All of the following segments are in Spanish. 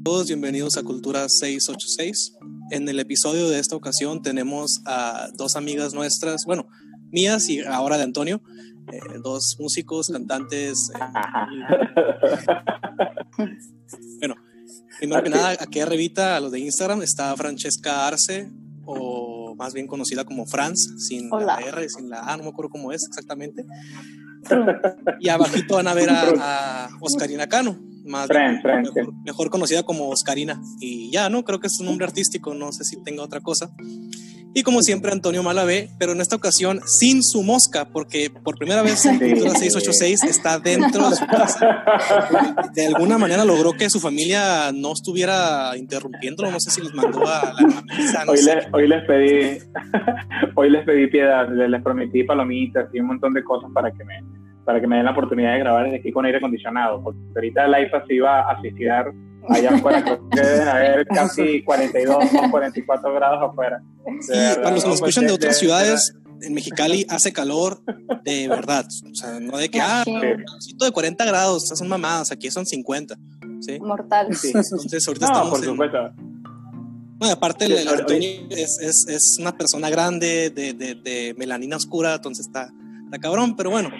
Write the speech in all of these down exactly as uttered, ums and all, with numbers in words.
todos, bienvenidos a Cultura seiscientos ochenta y seis. En el episodio de esta ocasión tenemos a dos amigas nuestras, bueno, mías y ahora de Antonio, eh, dos músicos, cantantes. Eh, bueno, primero que nada, aquí arribita a los de Instagram está Francesca Arce, o más bien conocida como Franz, sin Hola. la R, sin la A, no me acuerdo cómo es exactamente. Y abajito van a ver a, a Oscarina Cano, más Fran, Fran, mejor, mejor conocida como Oscarina. Y ya, ¿no? Creo que es un nombre artístico, no sé si tenga otra cosa. Y como siempre, Antonio Malavé, pero en esta ocasión sin su mosca, porque por primera vez en Cultura seiscientos ochenta y seis está dentro de su casa. De alguna manera logró que su familia no estuviera interrumpiéndolo, no sé si les mandó a la misa. No hoy, sé. les, hoy les pedí, hoy les pedí piedad, les, les prometí palomitas y un montón de cosas para que me, para que me den la oportunidad de grabar desde aquí con aire acondicionado, porque ahorita la I F A se iba a suicidar allá afuera, creo que deben haber casi cuarenta y dos o cuarenta y cuatro grados afuera. Sí, para los que nos escuchan de otras ciudades, en Mexicali hace calor de verdad, o sea, no de que, ah, Sí. calorcito de cuarenta grados, estas son mamadas, aquí son cincuenta, ¿sí? Mortal. Sí. Entonces ahorita No, estamos por en... supuesto. Bueno, aparte Sí, el, el ahor- Antonio es, es, es una persona grande, de, de, de melanina oscura, entonces está, está cabrón, pero bueno.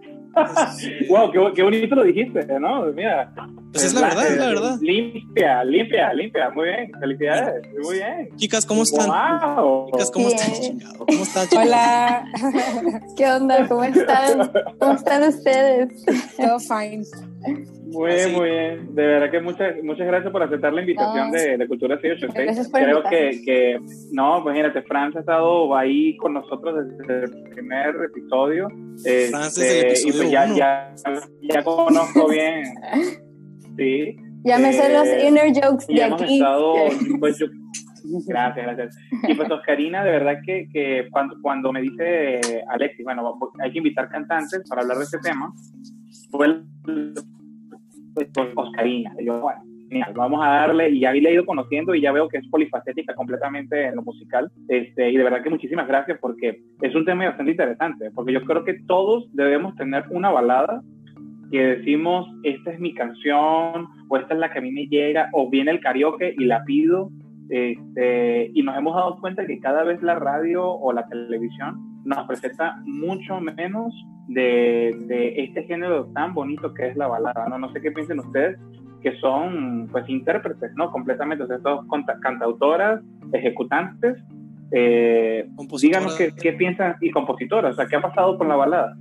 Es, Wow, qué, qué bonito lo dijiste, ¿no? Mira. Pues es la verdad, es la verdad. Limpia, limpia, limpia. Muy bien, felicidades. Muy bien. Chicas, ¿cómo están? Wow. Chicas, ¿cómo Bien. están? Chingado? ¿Cómo están, chicas? Hola, ¿Qué onda? ¿Cómo están? ¿Cómo están ustedes? todo fine. Muy bien, Así. muy bien. De verdad que muchas muchas gracias por aceptar la invitación No. de, de Cultura seiscientos ochenta y seis. Gracias por Creo invitarme. que, que, no, pues imagínate, Franz ha estado ahí con nosotros desde el primer episodio. Franz desde el Este, y pues episodio ya, uno. ya, ya conozco bien. Sí. Ya me sé Eh, los inner jokes Y de hemos aquí. estado, pues yo, gracias, gracias. Y pues Oscarina, de verdad que, que cuando, cuando me dice Alexis, bueno, hay que invitar cantantes para hablar de este tema, fue el- pues, Oscarina. Y yo, bueno, genial, vamos a darle, y ya la he ido conociendo y ya veo que es polifacética completamente en lo musical, este, y de verdad que muchísimas gracias porque es un tema bastante interesante, porque yo creo que todos debemos tener una balada que decimos, esta es mi canción, o esta es la que a mí me llega, o viene el karaoke y la pido, este, y nos hemos dado cuenta que cada vez la radio o la televisión nos presenta mucho menos de, de este género tan bonito que es la balada, ¿no? No sé qué piensen ustedes, que son, pues, intérpretes, ¿no? Completamente, o sea, todos conta- cantautoras, ejecutantes, eh, Compositora. díganos qué, qué piensan, y compositoras, o sea, ¿qué ha pasado con la balada?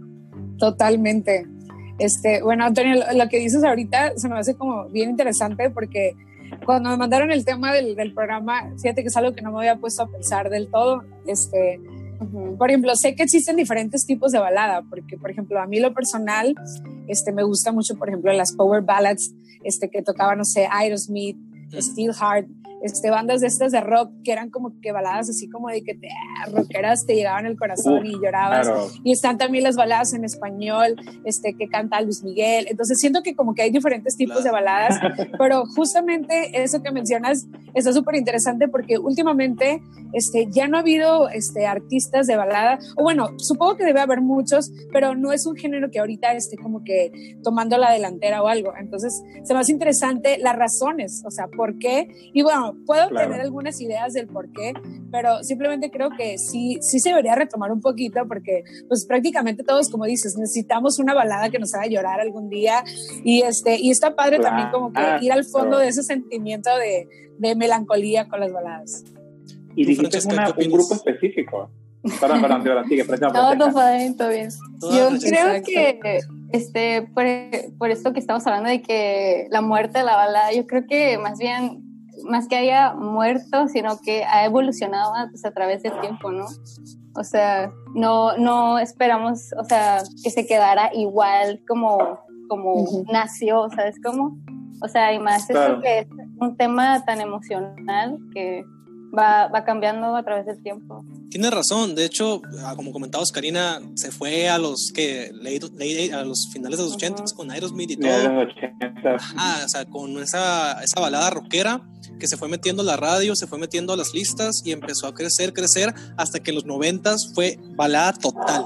Totalmente. Este, bueno, Antonio, lo, lo que dices ahorita se me hace como bien interesante porque cuando me mandaron el tema del, del programa, fíjate que es algo que no me había puesto a pensar del todo. Este, Ujú. por ejemplo, sé que existen diferentes tipos de balada, porque, por ejemplo, a mí lo personal, este, me gusta mucho, por ejemplo, las power ballads, este, que tocaban, no sé, Aerosmith, Mm. Steelheart, este, bandas de estas de rock que eran como que baladas así como de que te, rockeras te llegaban al corazón Uf, y llorabas. Claro. Y están también las baladas en español, este, que canta Luis Miguel. Entonces siento que como que hay diferentes tipos Claro. de baladas, pero justamente eso que mencionas está súper interesante porque últimamente este, ya no ha habido este, artistas de balada, o bueno, supongo que debe haber muchos, pero no es un género que ahorita esté como que tomando la delantera o algo. Entonces se me hace interesante las razones, o sea, por qué. Y bueno, puedo Claro. tener algunas ideas del por qué, pero simplemente creo que sí, sí se debería retomar un poquito porque pues prácticamente todos, como dices, necesitamos una balada que nos haga llorar algún día y, este, y está padre Claro. también como que ir al fondo de ese sentimiento de, de melancolía con las baladas. Y ¿Tú, dijiste Francesca, una, qué un opinas? grupo específico. Perdón, perdón, de verdad, sigue, presta, No, presta. todo padre, todo bien. Toda Yo Francesca. creo Exacto. que este, por, por esto que estamos hablando de que la muerte de la balada, yo creo que más bien, más que haya muerto, sino que ha evolucionado pues, a través del tiempo, ¿no? O sea, no, no esperamos, o sea, que se quedara igual como, como Ujú. nació, ¿sabes cómo? O sea, y más Claro. esto que es un tema tan emocional que va, va cambiando a través del tiempo. Tienes razón, de hecho, como comentaba Oscarina, se fue a los que a los finales de los ochenta Uh-huh. con Aerosmith y De todo. los ochenta. Ajá, o sea, con esa, esa balada rockera que se fue metiendo a la radio, se fue metiendo a las listas y empezó a crecer, crecer, hasta que en los noventas fue balada total.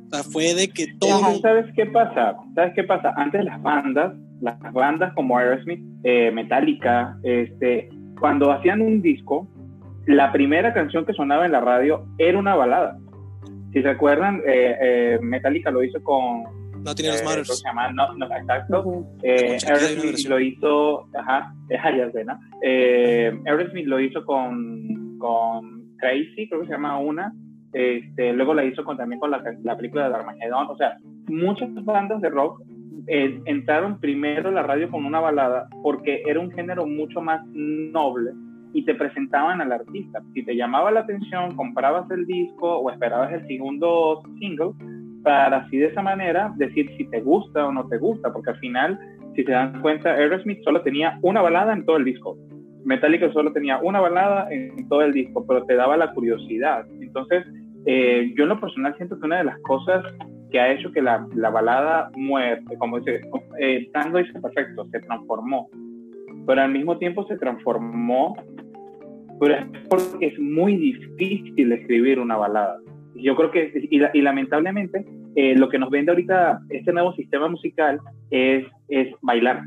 O sea, fue de que todo... ¿Sabes qué pasa? ¿Sabes qué pasa? Antes las bandas, las bandas como Aerosmith, eh, Metallica, este, cuando hacían un disco, la primera canción que sonaba en la radio era una balada. Si se acuerdan, eh, eh, Metallica lo hizo con... Nothing Else Matters. ¿Cómo se llama? No, no, exacto. Uh-huh. Eh, Aerosmith lo hizo... Ajá, ya sé, ¿no? Eh, Aerosmith lo hizo con, con Crazy, creo que se llama una. Este, luego la hizo con, también con la, la película de Armagedón. O sea, muchas bandas de rock eh, entraron primero a la radio con una balada porque era un género mucho más noble y te presentaban al artista. Si te llamaba la atención, comprabas el disco o esperabas el segundo single para así de esa manera decir si te gusta o no te gusta, porque al final, si se dan cuenta, Aerosmith solo tenía una balada en todo el disco. Metallica solo tenía una balada en todo el disco, pero te daba la curiosidad. Entonces, eh, yo en lo personal siento que una de las cosas que ha hecho que la, la balada muerte, como dice, eh, Tango dice perfecto, se transformó, pero al mismo tiempo se transformó, pero es porque es muy difícil escribir una balada. Yo creo que, y, y lamentablemente, eh, lo que nos vende ahorita este nuevo sistema musical es, es bailar.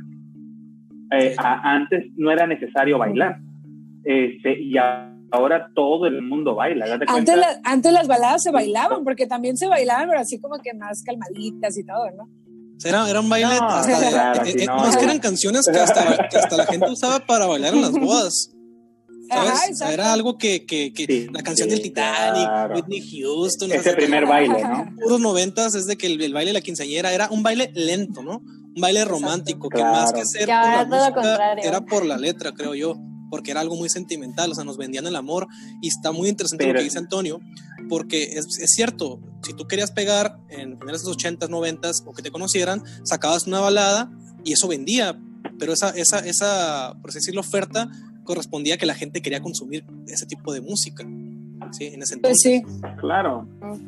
Eh, a, antes no era necesario bailar, este, y a, ahora todo el mundo baila. ¿Date antes, la, antes las baladas se bailaban, porque también se bailaban, pero así como que más calmaditas y todo, ¿no? Era, era un baile, no, hasta de, claro, eh, sí, eh, no, no, es no. que eran canciones que hasta, que hasta la gente usaba para bailar en las bodas. ¿Sabes? Ajá, era algo que, que, que sí, la canción sí, del Titanic, claro. Whitney Houston, ese primer baile, ¿no? Puros noventas, es de que el, el baile de la quinceañera era un baile lento, ¿no? Un baile romántico, exacto, que claro, más que ser que por la música, era por la letra, creo yo, porque era algo muy sentimental, o sea, nos vendían el amor, y está muy interesante pero, lo que dice Antonio, porque es, es cierto, si tú querías pegar en primeros ochentas, noventas, o que te conocieran, sacabas una balada, y eso vendía, pero esa, esa, esa, por así decirlo, oferta correspondía a que la gente quería consumir ese tipo de música, ¿sí? En ese entonces. Pues sí. Claro.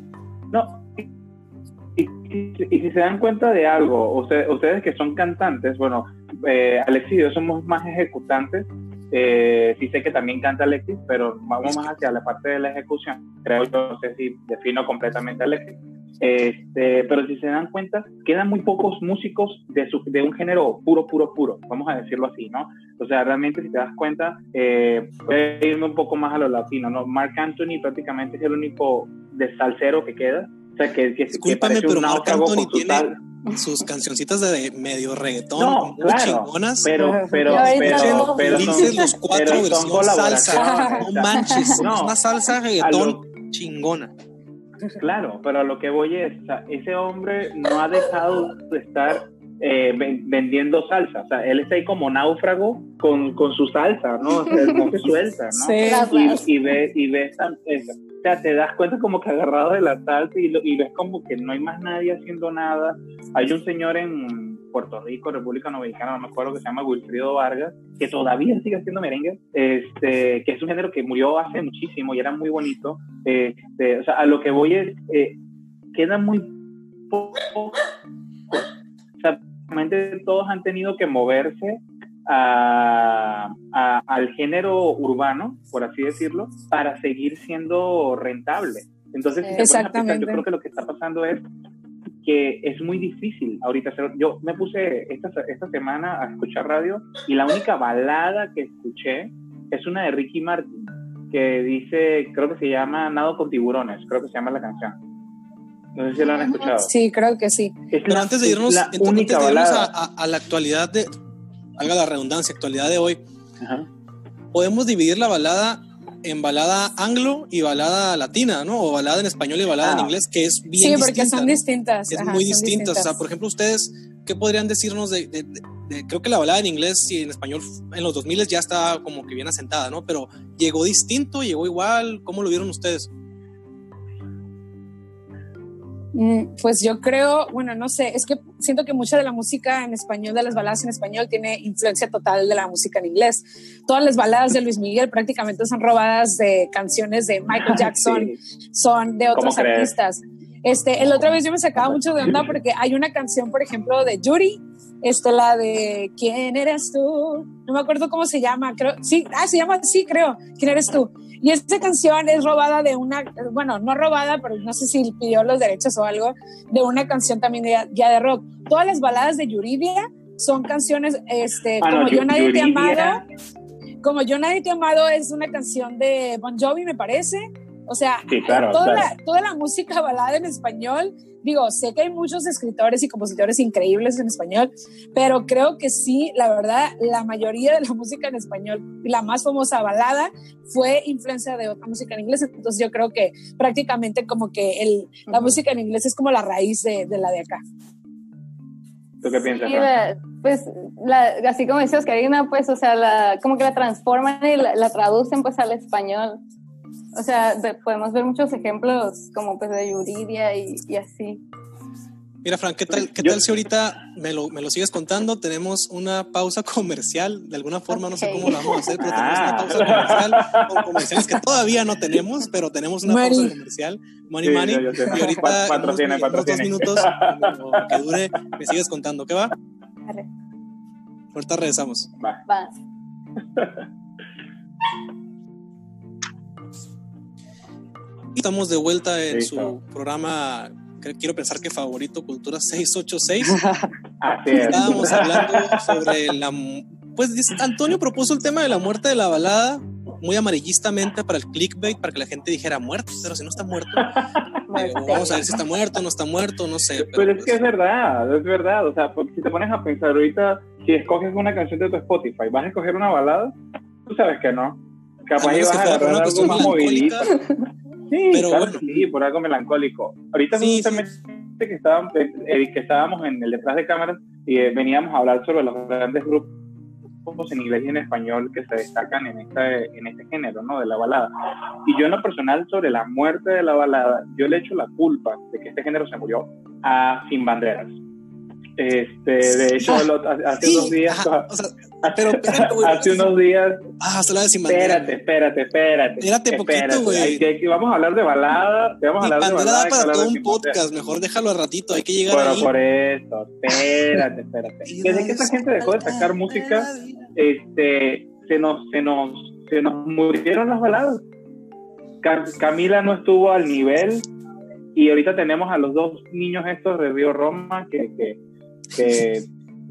No, y, y, y si se dan cuenta de algo, usted, ustedes que son cantantes, bueno, eh, Alexis y yo somos más ejecutantes, eh, sí sé que también canta Alexis, pero vamos más hacia la parte de la ejecución, creo yo, no sé si defino completamente a Alexis. Este, pero si se dan cuenta, quedan muy pocos músicos de, su, de un género puro, puro, puro, vamos a decirlo así, ¿no? O sea, realmente si te das cuenta, eh, voy a irme un poco más a lo latino, ¿no? Marc Anthony prácticamente es el único de salsero que queda. O sea, que, que, Discúlpame, que pero Marc Anthony su tiene sal... sus cancioncitas de medio reggaetón, no, muy claro, chingonas. Pero, pero, pero, pero, pero dices los cuatro pero versión salsa, no manches, no, es una salsa reggaetón lo... chingona. Claro, pero a lo que voy es, o sea, ese hombre no ha dejado de estar eh, vendiendo salsa, o sea, él está ahí como náufrago con, con su salsa, ¿no? O sea, no se suelta, ¿no? Sí. Y, y ves, y ves, o sea, te das cuenta como que agarrado de la salsa y, lo, y ves como que no hay más nadie haciendo nada. Hay un señor en Puerto Rico, República Dominicana, no me acuerdo, que se llama Wilfrido Vargas, que todavía sigue haciendo merengue, este, que es un género que murió hace muchísimo y era muy bonito. Este, o sea, a lo que voy es, eh, queda muy poco, o sea, realmente todos han tenido que moverse a, a, al género urbano, por así decirlo, para seguir siendo rentable. Entonces, si se ponen a pensar, yo creo que lo que está pasando es que es muy difícil ahorita hacer. Yo me puse esta, esta semana a escuchar radio y la única balada que escuché es una de Ricky Martin que dice, creo que se llama Nado con tiburones, creo que se llama la canción. No sé si lo han escuchado. Sí, creo que sí. Es Pero la, antes de irnos, la entonces, única antes de irnos a, balada. a, a la actualidad de, haga la redundancia, actualidad de hoy, Ajá. podemos dividir la balada en balada anglo y balada latina, ¿no? O balada en español y balada ah. en inglés, que es bien distinta. Sí, porque distinta, son ¿no? distintas. Es Ajá, muy son distintas. distintas. O sea, por ejemplo, ustedes, ¿qué podrían decirnos de, de, de, de creo que la balada en inglés y en español en los dos mil ya está como que bien asentada, ¿no? Pero ¿llegó distinto? ¿Llegó igual? ¿Cómo lo vieron ustedes? Pues yo creo, bueno, no sé, es que siento que mucha de la música en español, de las baladas en español, tiene influencia total de la música en inglés. Todas las baladas de Luis Miguel prácticamente son robadas de canciones de Michael Jackson, sí. Son de otros artistas. Este, el otra vez yo me sacaba mucho de onda porque hay una canción, por ejemplo, de Yuri, este, la de ¿Quién eres tú? No me acuerdo cómo se llama, creo, sí, ah, se llama, sí, creo, ¿Quién eres tú? Y esta canción es robada de una, bueno, no robada, pero no sé si pidió los derechos o algo, de una canción también de, ya de rock. Todas las baladas de Yuridia son canciones, este, ah, como no, Yo Nadie Yuridia. Te Amado, como Yo Nadie Te Amado es una canción de Bon Jovi, me parece. O sea, sí, claro, toda, claro. La, toda la música balada en español, digo, sé que hay muchos escritores y compositores increíbles en español, pero creo que sí, la verdad, la mayoría de la música en español, la más famosa balada, fue influencia de otra música en inglés. Entonces yo creo que prácticamente como que el, la uh-huh. música en inglés es como la raíz de, de la de acá. ¿Tú qué piensas? Sí, la, pues, la, así como dice Oscarina, pues, o sea, la, como que la transforman y la, la traducen pues al español. O sea, de, podemos ver muchos ejemplos como pues de Yuridia y, y así. Mira, Fran, ¿qué tal, qué tal si ahorita me lo, me lo sigues contando? Tenemos una pausa comercial, de alguna forma, okay. No sé cómo la vamos a hacer, pero tenemos ah. una pausa comercial con comerciales que todavía no tenemos, pero tenemos una Money. pausa comercial, money, sí, money, yo, yo sé. y ahorita patrocina, unos, patrocina. unos dos minutos, que dure, me sigues contando, ¿qué va? Vale. Ahorita regresamos. Va. Va. Estamos de vuelta en sí, su claro. programa, quiero pensar que favorito, Cultura seiscientos ochenta y seis. Así es. Estábamos hablando sobre la... Pues Antonio propuso el tema de la muerte de la balada, muy amarillistamente para el clickbait, para que la gente dijera muerto, pero si no está muerto. eh, vamos a ver si está muerto, no está muerto, no sé. Pero, pero es pues, que es verdad, es verdad. O sea, porque si te pones a pensar ahorita, si escoges una canción de tu Spotify, ¿vas a escoger una balada? Tú sabes que no. Capaz ibas a agarrar algo más movidito. Sí, pero claro, bueno. Sí, por algo melancólico. Ahorita sí, justamente sí. Que, estábamos, eh, que estábamos en el detrás de cámaras y eh, veníamos a hablar sobre los grandes grupos en inglés y en español que se destacan en este, en este género, ¿no? De la balada. Y yo en lo personal, sobre la muerte de la balada, yo le echo la culpa de que este género se murió a Sin Banderas. Este, de hecho, lo, hace sí, unos días... Ajá, o sea, pero, espérate, güey, hace unos días... Ah, se la de Sin Banderas. Espérate, espérate, espérate. Espérate poquito, güey. Que, que vamos a hablar de balada. Vamos a hablar de balada. Da para todo un podcast. Mejor déjalo a ratito. Hay que llegar Pero ahí. por eso, espérate, espérate. Desde que esta gente dejó de sacar música, este, se nos, se nos, se nos murieron las baladas. Cam- Camila no estuvo al nivel y ahorita tenemos a los dos niños estos de Río Roma que, que, que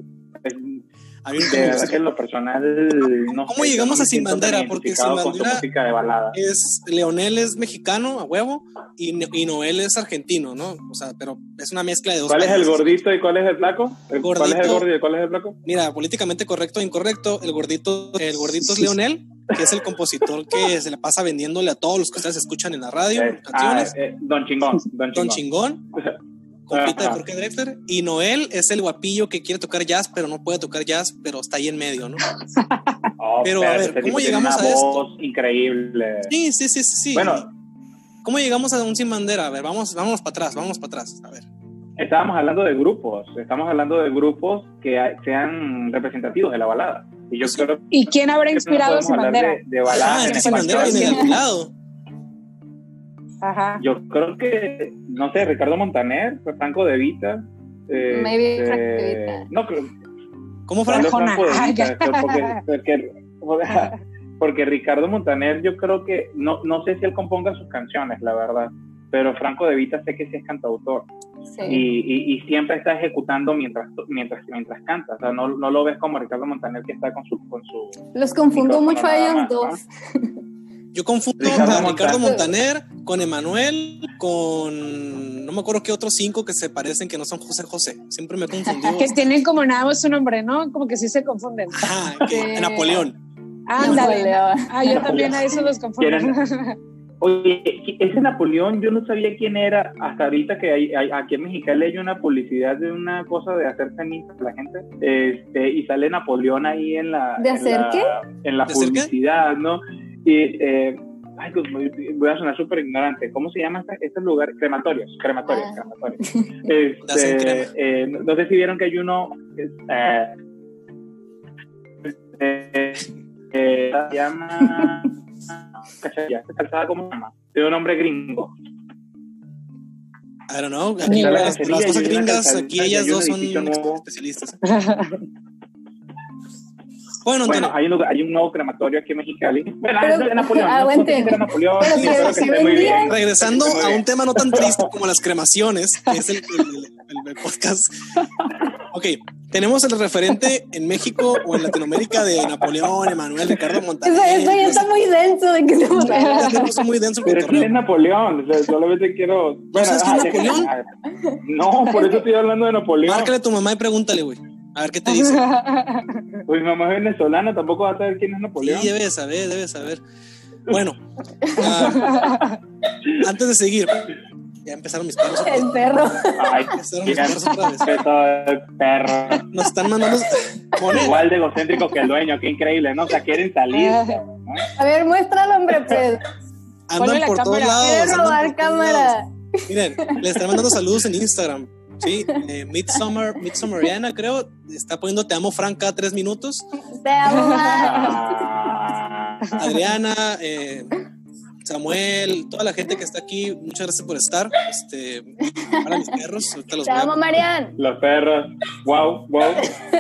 de verdad que en lo personal no ¿Cómo sé, llegamos no a Sin Bandera? Porque Sin Bandera de es Leonel es mexicano a huevo y, y Noel es argentino, ¿no? O sea, pero es una mezcla de dos. ¿Cuál países. es el gordito y cuál es el flaco? El, gordito, ¿Cuál es el gordo y cuál es el flaco? Mira, políticamente correcto o incorrecto, el gordito, el gordito es Leonel, que es el compositor que se le pasa vendiéndole a todos los que ustedes escuchan en la radio, eh, canciones. Ah, eh, Don Chingón. Don Chingón. Don Chingón. Compita de Jorge Drexler, y Noel es el guapillo que quiere tocar jazz, pero no puede tocar jazz, pero está ahí en medio, ¿no? Oh, pero a ver, ¿cómo llegamos a esto? Increíble. Sí, sí, sí, sí. Bueno, ¿cómo llegamos a un Sin Bandera? A ver, vamos, vamos para atrás, vamos para atrás. A ver. Estábamos hablando de grupos, estamos hablando de grupos que sean representativos de la balada. Y yo sí. creo ¿Y quién habrá inspirado no Sin Bandera? De, de balada ah, es que Sin Bandera viene del lado. Ajá. Yo creo que, no sé, Ricardo Montaner, Franco De Vita. Eh, Maybe eh, Franco De Vita. No, creo. ¿Cómo Franco? Franco De Vita, porque, porque, porque Ricardo Montaner, yo creo que, no, no sé si él componga sus canciones, la verdad, pero Franco De Vita sé que sí es cantautor. Sí. Y, y, y siempre está ejecutando mientras mientras mientras canta, o sea, no, no lo ves como Ricardo Montaner que está con su... Con su Los confundo mucho a ellos más, dos. ¿no? Yo confundo Ricardo a Ricardo Montaner. Montaner con Emanuel, con no me acuerdo qué otros cinco que se parecen que no son José José. Siempre me he confundido. Que tienen como nada más su nombre, ¿no? Como que sí se confunden. Ajá, que, Napoleón. Ándale. Ah, yo también a eso los confundo. Oye, ese Napoleón yo no sabía quién era hasta ahorita que hay, hay, aquí en Mexicali hay una publicidad de una cosa de hacer cenizas a la gente este, y sale Napoleón ahí en la... ¿De hacer en qué? La, en la publicidad, ¿no? Y, eh, ay, pues voy a sonar súper ignorante. ¿Cómo se llama este, este lugar? Crematorios, crematorios, ah. crematorios. Este, eh, no sé si vieron que hay uno... Eh, eh, eh, se llama... ¿Cómo se llama? Tiene un nombre gringo. I don't know. Aquí las, las cosas gringas, aquí ellas dos son especialistas. Bueno, bueno hay, un, hay un nuevo crematorio aquí en Mexicali. Bueno, pero, es de Napoleón. Aguante. No, Napoleón pero sí, pero que esté muy bien. Regresando a un tema no tan triste como las cremaciones, que es el, el, el, el podcast. Ok, tenemos el referente en México o en Latinoamérica de Napoleón, Emanuel, Ricardo Montaner. Eso, eso ya está muy denso de que estamos hablando. Muy denso. Pero ¿quién es Napoleón? O sea, solamente quiero. Bueno, ¿sabes quién es Napoleón? No, por eso estoy hablando de Napoleón. Márcale a tu mamá y pregúntale, güey. A ver qué te dice. Pues mi mamá es venezolana, tampoco va a saber quién es Napoleón. Sí, debe saber, debe saber. Bueno, uh, antes de seguir, ya empezaron mis perros. El perro. Ay, empezaron mis perros otra vez. El perro. Nos están mandando. Igual de egocéntrico que el dueño, qué increíble, ¿no? O sea, quieren salir. ¿no? A ver, muéstralo, hombre, pues. Andan por todos lados. Quiere robar cámara. Miren, le están mandando saludos en Instagram. Sí, eh, Midsommar, Midsommariana, creo, está poniendo te amo Fran cada tres minutos. Te amo. Adriana, eh, Samuel, toda la gente que está aquí, muchas gracias por estar. Este, para mis perros, ahorita los te amo, Marian. Los perros, wow, wow.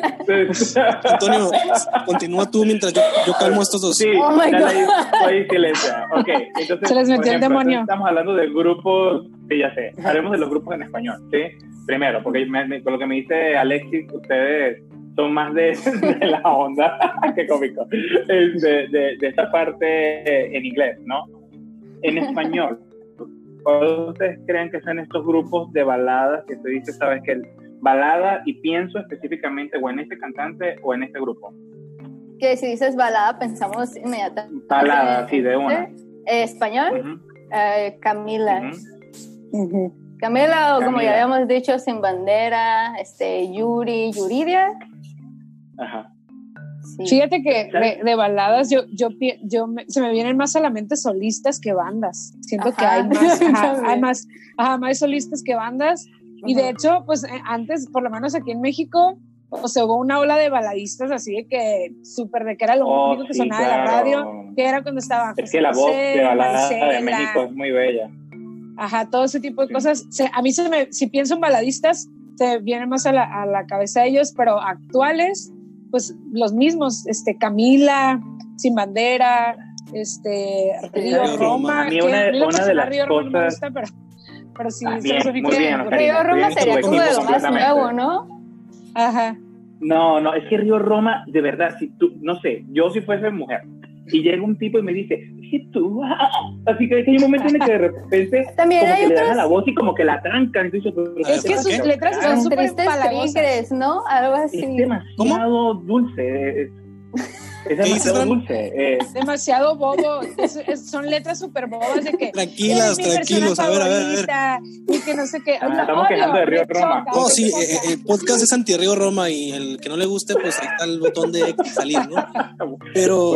Antonio, continúa tú mientras yo, yo calmo estos dos. Sí, oh my God. Ahí silencio. Ok, entonces, se les metió ejemplo, el demonio. Estamos hablando de grupos, que ya sé, haremos de los grupos en español, ¿sí? Primero, porque me, me, con lo que me dice Alexis, ustedes son más de, de la onda, qué cómico, de, de, de esta parte en inglés, ¿no? En español, ¿cuáles ustedes creen que son estos grupos de baladas que te dice, sabes que balada, y pienso específicamente o en este cantante o en este grupo? Que si dices balada pensamos inmediatamente. Balada, sí, de una. Eh, español, uh-huh. eh, Camila. Uh-huh. Uh-huh. Camila, o Camila. como ya habíamos dicho, Sin Bandera, este, Yuri, Yuridia. Ajá. Sí. Fíjate que de, de baladas yo, yo, yo me, se me vienen más a la mente solistas que bandas. Siento ajá. que hay más, ajá, hay más, ajá, más solistas que bandas. Uh-huh. Y de hecho, pues antes, por lo menos aquí en México, o sea, hubo una ola de baladistas así de que súper de que era lo oh, único que sí, sonaba claro. de la radio, que era cuando estaba. Es que la voz de balada de México es muy bella. Ajá, todo ese tipo de sí. cosas. Se, a mí se me, si pienso en baladistas, se vienen más a la, a la cabeza de ellos, pero actuales, pues los mismos, este, Camila, Sin Bandera, este, Río sí, Roma. A mí una, que, una de las Río cosas... Roma no me gusta, pero, pero sí, ah, bien, muy bien, Río Roma sería como de lo más nuevo, ¿no? Ajá. No, no, es que Río Roma, de verdad, si tú, no sé, yo si fuese mujer, y llega un tipo y me dice, ¿qué tú? Así que hay un momento en el que de repente también como hay que otros... le dan a la voz y como que la trancan. Y dices, es que sus letras son súper tristes, ¿no? Algo así. Es demasiado ¿Cómo? dulce. Es, es demasiado dulce. Eh. Demasiado bobo. Es, es, son letras súper bobas de que... Tranquilas, tranquilos. A ver, a ver, a ver. Y que no sé qué. Ah, no, estamos quejando de Río Roma. No, sí, eh, el podcast es anti-Río Roma y el que no le guste, pues ahí está el botón de salir, ¿no? Pero...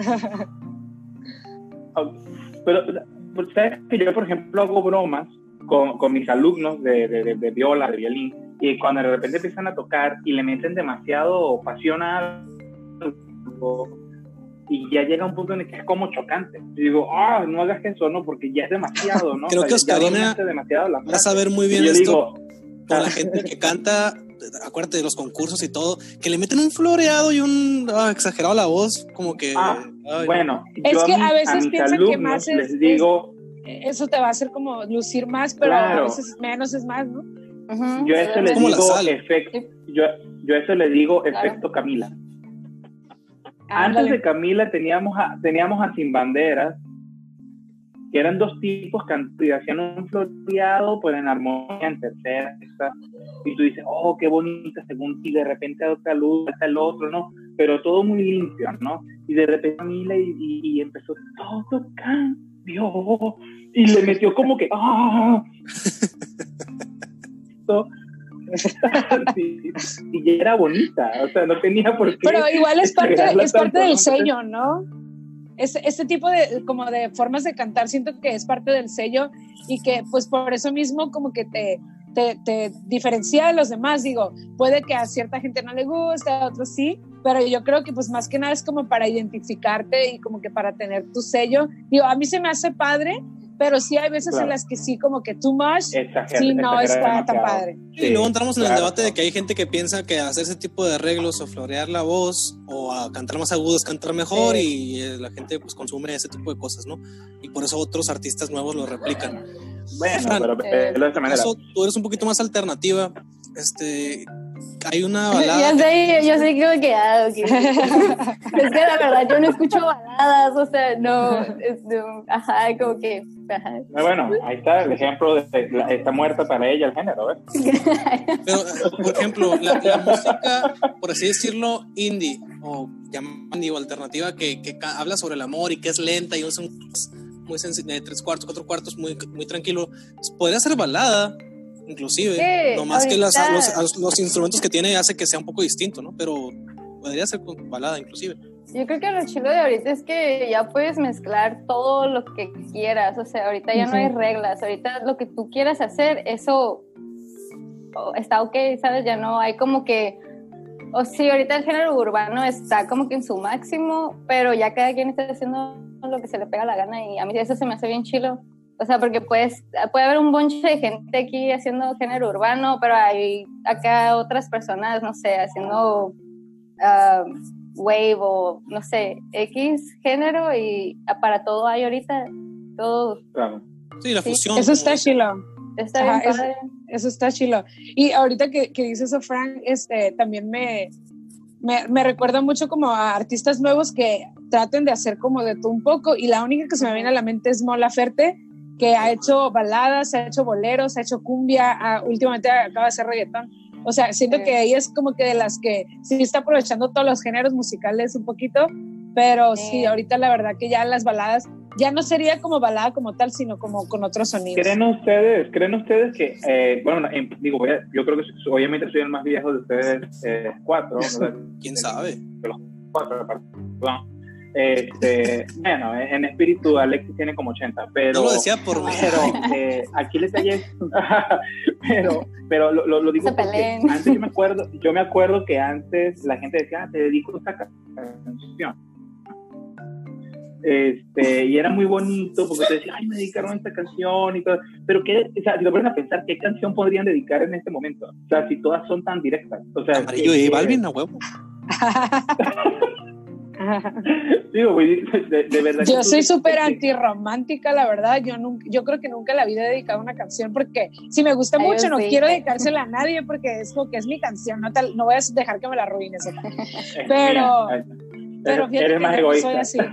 Pero, ¿sabes que yo, por ejemplo, hago bromas con, con mis alumnos de, de, de, de viola, de violín, y cuando de repente empiezan a tocar y le meten demasiado pasión a algo, y ya llega un punto en el que es como chocante. Y digo, ah, no hagas eso, ¿no? Porque ya es demasiado, ¿no? Creo o sea, que Oscarina va a saber muy bien esto digo, con la gente que canta, acuérdate de los concursos y todo, que le meten un floreado y un ah, exagerado a la voz, como que... Ah, ay, bueno, es yo que a, mis, a veces a mis piensan que más es, les digo... Es, eso te va a hacer como lucir más, pero claro. a veces menos es más, ¿no? Uh-huh. Yo a eso le digo efecto, yo, yo a eso le digo claro. efecto Camila. Antes Ándale. de Camila teníamos a, teníamos a Sin Banderas, que eran dos tipos que hacían un floreado, pues en armonía, en tercera, esta, y tú dices, oh, qué bonita, según ti, de repente otra luz, hasta el otro, ¿no? Pero todo muy limpio, ¿no? Y de repente Camila y, y, y empezó, todo cambió, y le metió como que, ¡ah! sí, y ya era bonita, o sea, no tenía por qué. Pero igual es parte, es parte del sello, ¿no? Este, este tipo de, como de formas de cantar siento que es parte del sello y que pues por eso mismo como que te, te, te diferencia de los demás. Digo, puede que a cierta gente no le guste, a otros sí, pero yo creo que pues más que nada es como para identificarte y como que para tener tu sello. Digo, a mí se me hace padre pero sí hay veces claro. en las que sí, como que too much, exagera, sí no está tan padre. Sí, y luego entramos en claro, el debate de que hay gente que piensa que hacer ese tipo de arreglos o florear la voz o a cantar más agudo es cantar mejor, sí. y la gente pues consume ese tipo de cosas, ¿no? Y por eso otros artistas nuevos lo replican. Bueno, Fran, pero eh, de esa manera. Eso, tú eres un poquito más alternativa. Este, hay una balada. Yo sé, yo sé creo que ah, okay. Es que la verdad yo no escucho baladas, o sea, no, es, no ajá, como que. Ajá. Bueno, ahí está el ejemplo de la, está muerta para ella el género, ¿ves? Pero, por ejemplo, la, la música, por así decirlo, indie o llaman indie o alternativa que, que habla sobre el amor y que es lenta y usa un muy sencillo, de tres cuartos, cuatro cuartos, muy, muy tranquilo, podría ser balada, inclusive, sí, nomás que las, los, los instrumentos que tiene hace que sea un poco distinto, ¿no? Pero podría ser balada, inclusive. Yo creo que lo chido de ahorita es que ya puedes mezclar todo lo que quieras, o sea, ahorita ya uh-huh. no hay reglas, ahorita lo que tú quieras hacer, eso está ok, ¿sabes? Ya no hay como que, o sí, ahorita el género urbano está como que en su máximo, pero ya cada quien está haciendo lo que se le pega la gana y a mí eso se me hace bien chilo, o sea, porque puedes, puede haber un bonche de gente aquí haciendo género urbano, pero hay acá otras personas, no sé, haciendo uh, wave o no sé, X género y para todo hay ahorita, todo. Claro. Sí, la fusión. Eso está chilo. Está bien Ajá, padre. Eso, eso está chilo. Y ahorita que, que dices eso, Frank, este, también me, me, me recuerda mucho como a artistas nuevos que traten de hacer como de todo un poco, y la única que se me viene a la mente es Mon Laferte, que ha hecho baladas, ha hecho boleros, ha hecho cumbia, ha, últimamente acaba de hacer reggaetón. O sea, siento sí. que ella es como que de las que sí está aprovechando todos los géneros musicales un poquito, pero sí, sí ahorita la verdad que ya las baladas ya no sería como balada como tal, sino como con otros sonidos. ¿Creen ustedes, creen ustedes que, eh, bueno, eh, digo, yo creo que obviamente soy el más viejo de ustedes eh, cuatro, ¿no? ¿Quién sabe? De los cuatro, perdón. Este, bueno, en espíritu Alexis tiene como ochenta, pero... No lo decía por mí. Pero eh, aquí les hallé... pero pero lo, lo, lo digo porque antes yo me acuerdo, yo me acuerdo que antes la gente decía, ah, te dedico a esta canción. Este, y era muy bonito porque te decía, ay, me dedicaron a esta canción y todo, pero qué, o sea, si lo ponen a pensar, ¿qué canción podrían dedicar en este momento? O sea, si todas son tan directas, o sea, Amarillo y Balvin, a huevo. Digo, güey, de, de verdad. Yo soy súper antirromántica, la verdad. Yo nunca, yo creo que nunca en la vida he dedicado una canción porque si me gusta Ay, mucho sí. no quiero dedicársela a nadie porque es como que es mi canción, no, tal, no voy a dejar que me la arruines. Pero, pero fíjate eres que más no egoísta. soy así.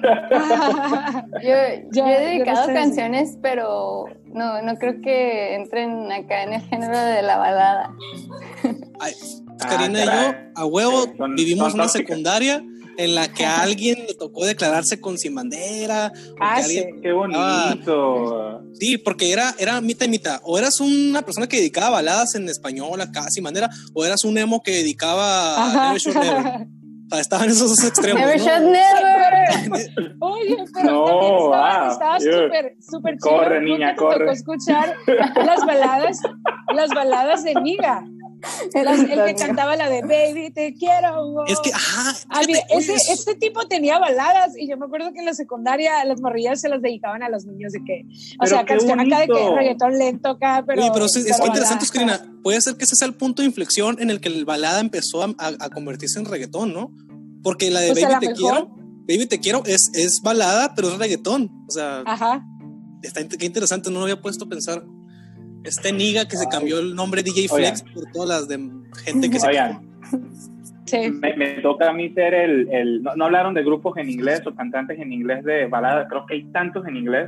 yo, yo he dedicado yo no canciones, así. pero no, no creo que entren acá en el género de la balada. Ay, Karina ah, y yo, a huevo, son, vivimos son una secundaria en la que a alguien le tocó declararse con Sin Bandera. Ah, alguien, sí, qué bonito. Ah, sí, porque era, era mitad y mitad. O eras una persona que dedicaba baladas en español acá, Sin Bandera, o eras un emo que dedicaba a Never Should Never. O sea, estaban esos dos extremos. Never ¿no? Should Never. Oye, pero no, también estaba, estaba súper, súper chido. Corre, niña, corre. Tocó escuchar las baladas, las baladas de Niga. El, el que cantaba la de Baby, te quiero. Wow. Es que, ajá. Mí, ese, este tipo tenía baladas y yo me acuerdo que en la secundaria las morrillas se las dedicaban a los niños de que, o pero sea, canción acá de que reggaetón lento acá, pero. Oye, pero es, es que interesante, Karina. Puede ser que ese sea el punto de inflexión en el que el balada empezó a, a, a convertirse en reggaetón, ¿no? Porque la de pues Baby te mejor. quiero, Baby te quiero es, es balada, pero es reggaetón. O sea, ajá. Está, qué interesante, no lo había puesto a pensar. Este Niga que se cambió el nombre D J Flex Oigan. por todas las de gente que Oigan. se... Sí. Me, me toca a mí ser el... el no, no hablaron de grupos en inglés o cantantes en inglés de balada, creo que hay tantos en inglés.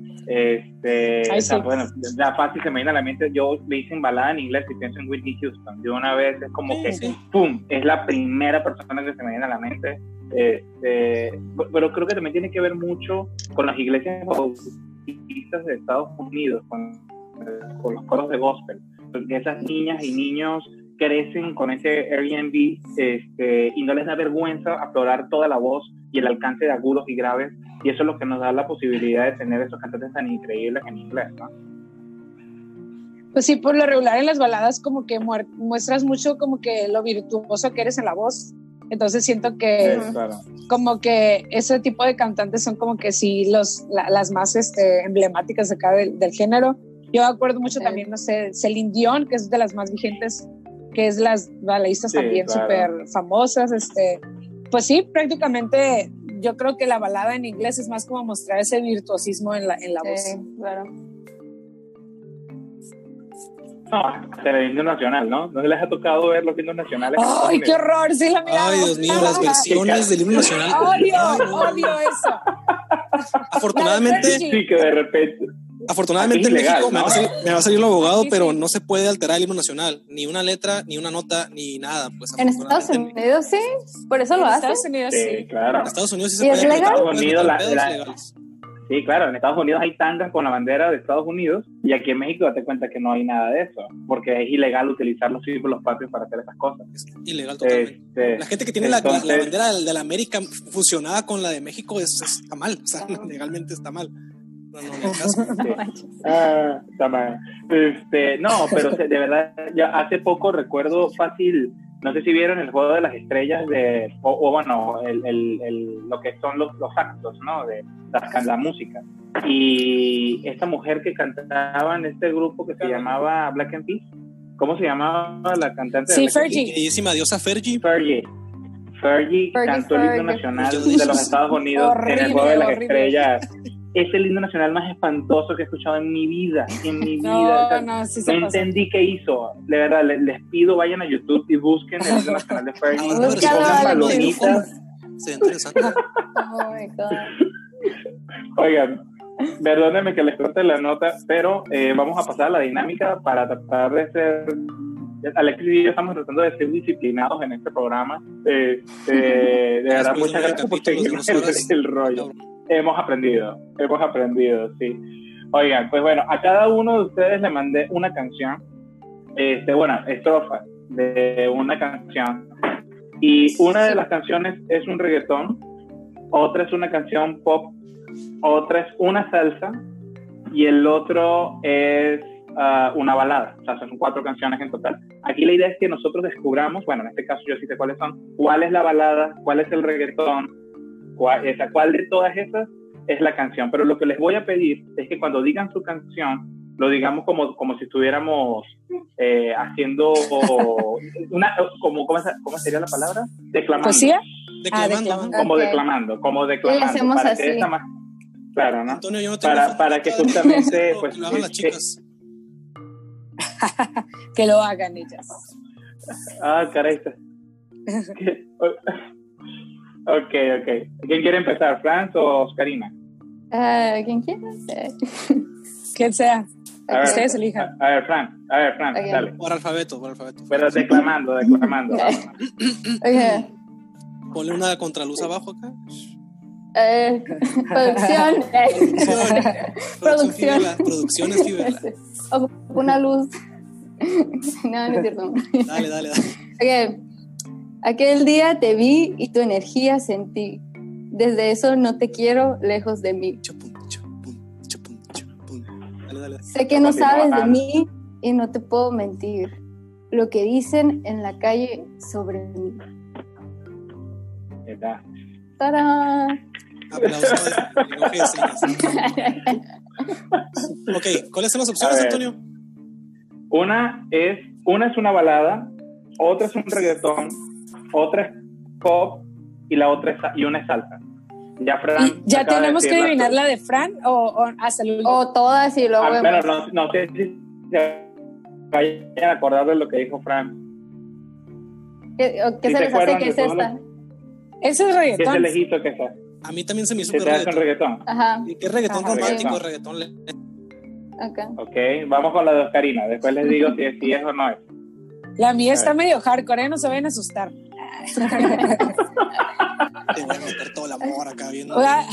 Este, Ay, o sea, sí. bueno, ya fácil se me viene a la mente, yo le dicen balada en inglés y pienso en Whitney Houston. De una vez es como sí, que, sí. ¡pum! Es la primera persona que se me viene a la mente. Este, pero creo que también tiene que ver mucho con las iglesias bautistas de Estados Unidos, con con los coros de gospel, porque esas niñas y niños crecen con ese Airbnb este, y no les da vergüenza aflorar toda la voz y el alcance de agudos y graves, y eso es lo que nos da la posibilidad de tener esos cantantes tan increíbles en inglés, ¿no? Pues sí, por lo regular en las baladas como que muestras mucho como que lo virtuoso que eres en la voz, Entonces siento que Sí, claro. como que ese tipo de cantantes son como que sí los, la, las más este, emblemáticas acá del, del género. Yo me acuerdo mucho Sí. también, no sé, Celine Dion, que es de las más vigentes, que es las balaístas Sí, también claro. súper famosas. Este, pues sí, prácticamente yo creo que la balada en inglés es más como mostrar ese virtuosismo en la, en la Sí, voz. claro. No, hasta el himno nacional, ¿no? ¿No les ha tocado ver los himnos nacionales? ¡Ay, qué horror! Sí, la miramos. Ay, Dios mío, las versiones del himno nacional. Odio, Ay, no. odio eso. Afortunadamente, Sí, que de repente... afortunadamente Aquí en es ilegal, México me, ¿no? va a salir, me va a salir lo abogado, Sí, pero sí. no se puede alterar el himno nacional, ni una letra, ni una nota, ni nada. Pues En Estados afortunadamente, Unidos sí, por eso En lo hacen. Estados Unidos Sí, sí. claro. en Estados Unidos sí se ¿Y puede es legal? meter, puedes Unidos, meter la- pedos la- legales. Sí, claro, en Estados Unidos hay tangas con la bandera de Estados Unidos y aquí en México date cuenta que no hay nada de eso, porque es ilegal utilizar los símbolos patrios para hacer esas cosas. Es ilegal totalmente. Este, La gente que tiene la- la, la entonces- bandera de la América fusionada con la de México es, es- está mal, o sea, Ah. legalmente está mal. No, no, no, caso. Sí. Ah, está mal. Este, no, pero de verdad, ya hace poco recuerdo fácil, no sé si vieron el Juego de las Estrellas de, o, o bueno, el, el, el, lo que son los, los actos, ¿no? De la, la música. Y esta mujer que cantaba en este grupo que se llamaba Black and Peace, ¿cómo se llamaba la cantante? Sí, de Black and Fergie. Queridísima diosa Fergie. Fergie. Fergie Fergie, cantó el himno Fergie. nacional Fergie. de los Estados Unidos en el Horrible, Juego de las horrible. Estrellas. Es el himno nacional más espantoso que he escuchado en mi vida, en mi vida. O sea, No, no, sí se no pasó. entendí qué hizo. De verdad, les, les pido, vayan a YouTube y busquen el himno nacional de Fergie. Ahora una versión Búscalo, de Alex. palomitas. Se ve interesante. Oh my God. Oigan, perdónenme que les corte la nota, pero eh, vamos a pasar a la dinámica para tratar de ser... Alexis y yo estamos tratando de ser disciplinados en este programa. Eh, eh, de verdad, Después de muchas nueve gracias por capítulos de seguir dos el, horas, el rollo. cabrón. Hemos aprendido, hemos aprendido, sí. Oigan, pues bueno, a cada uno de ustedes le mandé una canción, este, bueno, estrofa de una canción. Y una de las canciones es un reggaetón, otra es una canción pop, otra es una salsa y el otro es uh, una balada. O sea, son cuatro canciones en total. Aquí la idea es que nosotros descubramos, bueno, en este caso yo sí sé cuáles son, cuál es la balada, cuál es el reggaetón, cuál, esa, cuál de todas esas es la canción. Pero lo que les voy a pedir es que cuando digan su canción, lo digamos como, como si estuviéramos eh, haciendo una, como, ¿cómo, ¿cómo sería la palabra? Declamando. ¿Poesía? Declamando, Ah, declamando. Como Ok. declamando, como declamando. Y le hacemos para así. que esa más, claro, ¿no? Antonio, yo no tengo Para, para que facultad, justamente, que pues, lo hagan las eh, chicas. Que lo hagan ellas. Ah, caray. está- ¿Qué? Ok, ok. ¿Quién quiere empezar, Franz o Oscarina? Eh, ¿Quién quiere? Eh, Quien sea. A ver, Ustedes elijan. A ver, Franz, a ver, Franz, Ok. dale. Por alfabeto, por alfabeto. Pero declamando, declamando. Ok. Ponle una contraluz abajo acá. Eh, producción. Producción. Producción. Fibela. Producciones Fibela. Este, ocupo una luz. No, no es cierto. Dale, dale, dale. Ok. Aquel día te vi y tu energía sentí. Desde eso no te quiero lejos de mí. Chapum, chapum, chapum, chapum. Dale, dale. Sé que no Continúa, sabes de Ana. mí y no te puedo mentir. Lo que dicen en la calle sobre mí. Está. ¡Tarán! Aplauso de lenguaje de señas. Ok, ¿cuáles son las opciones, A ver. Antonio? Una es, una es una balada, otra es un reggaetón, otra es pop y la otra es, y una es salsa. Ya, Fran, ¿Y ya acaba de tenemos que decir la- adivinar la de Fran o, o hasta el último? O todas y luego. Ah, vemos. bueno, no, no sé si se vayan a acordar de lo que dijo Fran. ¿Qué, o qué ¿Sí se se les hace acuerdan que de es todos esta? los- Ese es ¿Qué es reggaetón. el lejito que está? A mí también se me hizo ¿Se que te hace un reggaetón. reggaetón? Ajá. ¿Y qué reggaetón Ajá. romántico? Reggaetón. Reggaetón le- Acá. Ok, vamos con la de Oscarina. Después les digo si, si es o no es. La mía A está ver. medio hardcore, ¿eh? No se vayan a asustar. Te voy a meter todo el amor acá viendo. O sea,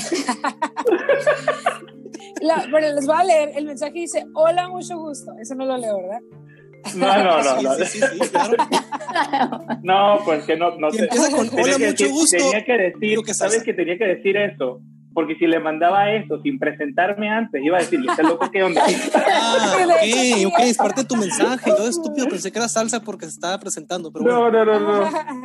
la- pero les voy a leer. El mensaje dice: hola, mucho gusto. Eso no lo leo, ¿verdad? No, no, no. Sí, No, sí, sí, sí, claro. no pues que no, no Si te- empieza con tenía hola, que mucho decir- gusto, Tenía que decir, digo que ¿sabes salsa. que tenía que decir eso? Porque si le mandaba eso sin presentarme antes, iba a decir, ¿y este loco qué onda? Ah, De hecho, sí. ok, ok, es parte de tu mensaje. Yo de estúpido pensé que era salsa porque se estaba presentando, pero No, bueno. no, no, no.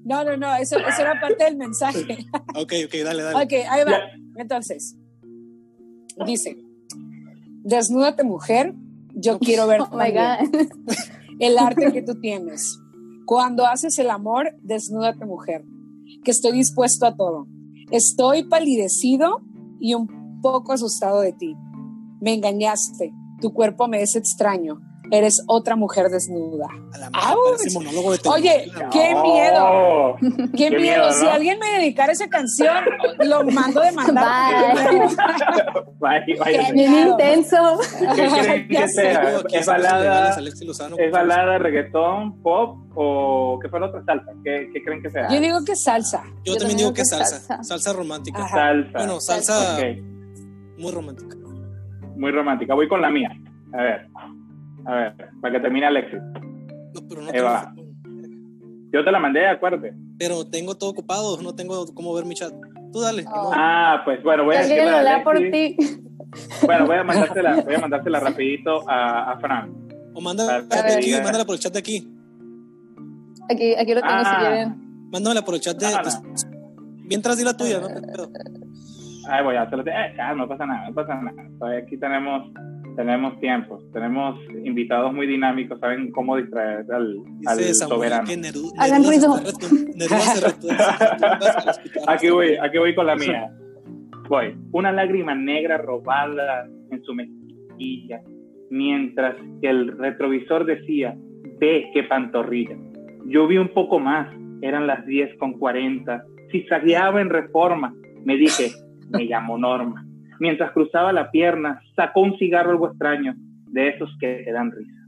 No, no, no, eso, eso era parte del mensaje. Ok, ok, dale, dale. Ok, ahí va. Entonces, dice, desnúdate mujer, yo quiero ver Oh my God. el arte que tú tienes. Cuando haces el amor, desnúdate mujer, que estoy dispuesto a todo. Estoy palidecido y un poco asustado de ti. Me engañaste, tu cuerpo me es extraño. Eres otra mujer desnuda. A la madre, parece monólogo de Oye, telenovela. qué No. miedo. Qué, Qué miedo. miedo, ¿no? Si alguien me dedicara esa canción, lo mando de mandar. Bye, bye. Bien intenso. ¿Qué creen Ya que sé. sea? Aquí ¿Es estamos legales, balada, Alexis Lozano. es balada, reggaetón, pop o qué fue la otra? Salsa. ¿Qué, qué creen que sea? Yo digo que salsa. Yo, Yo también digo que salsa. salsa. Salsa romántica. Ajá. Salsa. Bueno, salsa Ok, muy romántica. muy romántica. Voy con la mía. A ver, a ver, para que termine Alexis. No, pero no Eva. tengo- Yo te la mandé, acuérdate. Pero tengo todo ocupado, no tengo cómo ver mi chat. Tú dale. Oh. no. Ah, pues bueno, voy a Alguien decirle lo a lea por Alexis. ti. Bueno, voy a mandársela, voy a mandársela rapidito a, a Fran. O mándala Para por que aquí, diga. mándala por el chat de aquí. Aquí, aquí lo tengo Ah. si quieren. Mándamela por el chat de. No, no. pues, mientras di la tuya, ¿no? Pero- Ay, voy a hacerlo. Eh, ya, no pasa nada, no pasa nada. Todavía aquí tenemos, tenemos tiempo, tenemos invitados muy dinámicos, saben cómo distraer al, al Dice Samuel soberano. que Neru- Hagan Neruda se ruido. está retu- Neruda se retuerce. Aquí voy, aquí voy con la mía. Voy. Una lágrima negra robada en su mejilla, mientras que el retrovisor decía, ve qué pantorrilla. Yo vi un poco más, eran las diez con cuarenta. Zigzagueaba en Reforma. Me dije, me llamo Norma. Mientras cruzaba la pierna, sacó un cigarro algo extraño, de esos que te dan risa.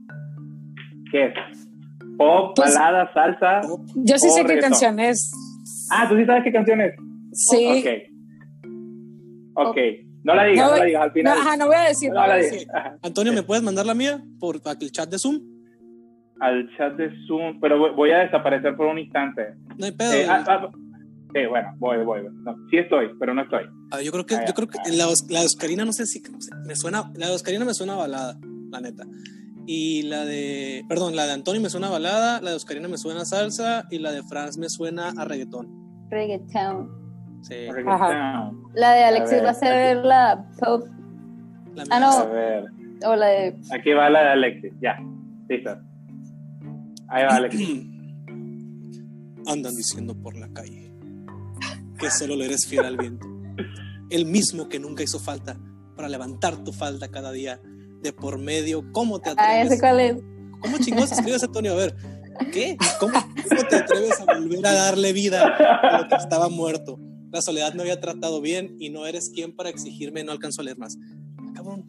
¿Qué es? ¿Pop, Pues- balada, salsa? Yo sí o sé qué reggaetón? canción es. Ah, ¿tú sí sabes qué canción es? Sí. Ok. Ok. No la digas, no, No, la digas al No, final. ajá, no voy a decir. No no voy a la decir. digas. Ajá. Antonio, ¿me puedes mandar la mía por el chat de Zoom? Al chat de Zoom, pero voy, voy a desaparecer por un instante. No hay pedo. Eh, ah, ah, sí, bueno, voy, voy. voy. No, sí estoy, pero no estoy. Ah, yo creo que, Ah, yo creo que ah. la, Os- la de Oscarina, no sé si me suena, la de Oscarina me suena a balada, la neta. Y la de, perdón, la de Antonio me suena a balada, la de Oscarina me suena a salsa y la de Franz me suena a reggaetón. Reggaeton. Sí, Reggaetón. La de Alexis ver. va a ser la pop. la Ah, mía no. A ver, O la de. aquí va la de Alexis, ya. Listo. Ahí va Alexis. Andan diciendo por la calle que solo le eres fiel al viento. El mismo que nunca hizo falta para levantar tu falda cada día de por medio. ¿Cómo te Ah, ya sé atreves? cuál es. ¿Cómo chingados escribes, Antonio? A ver, ¿qué? ¿Cómo, cómo te atreves a volver a darle vida a lo que estaba muerto? La soledad me había tratado bien y no eres quien para exigirme. No alcanzo a leer más. Ah, cabrón.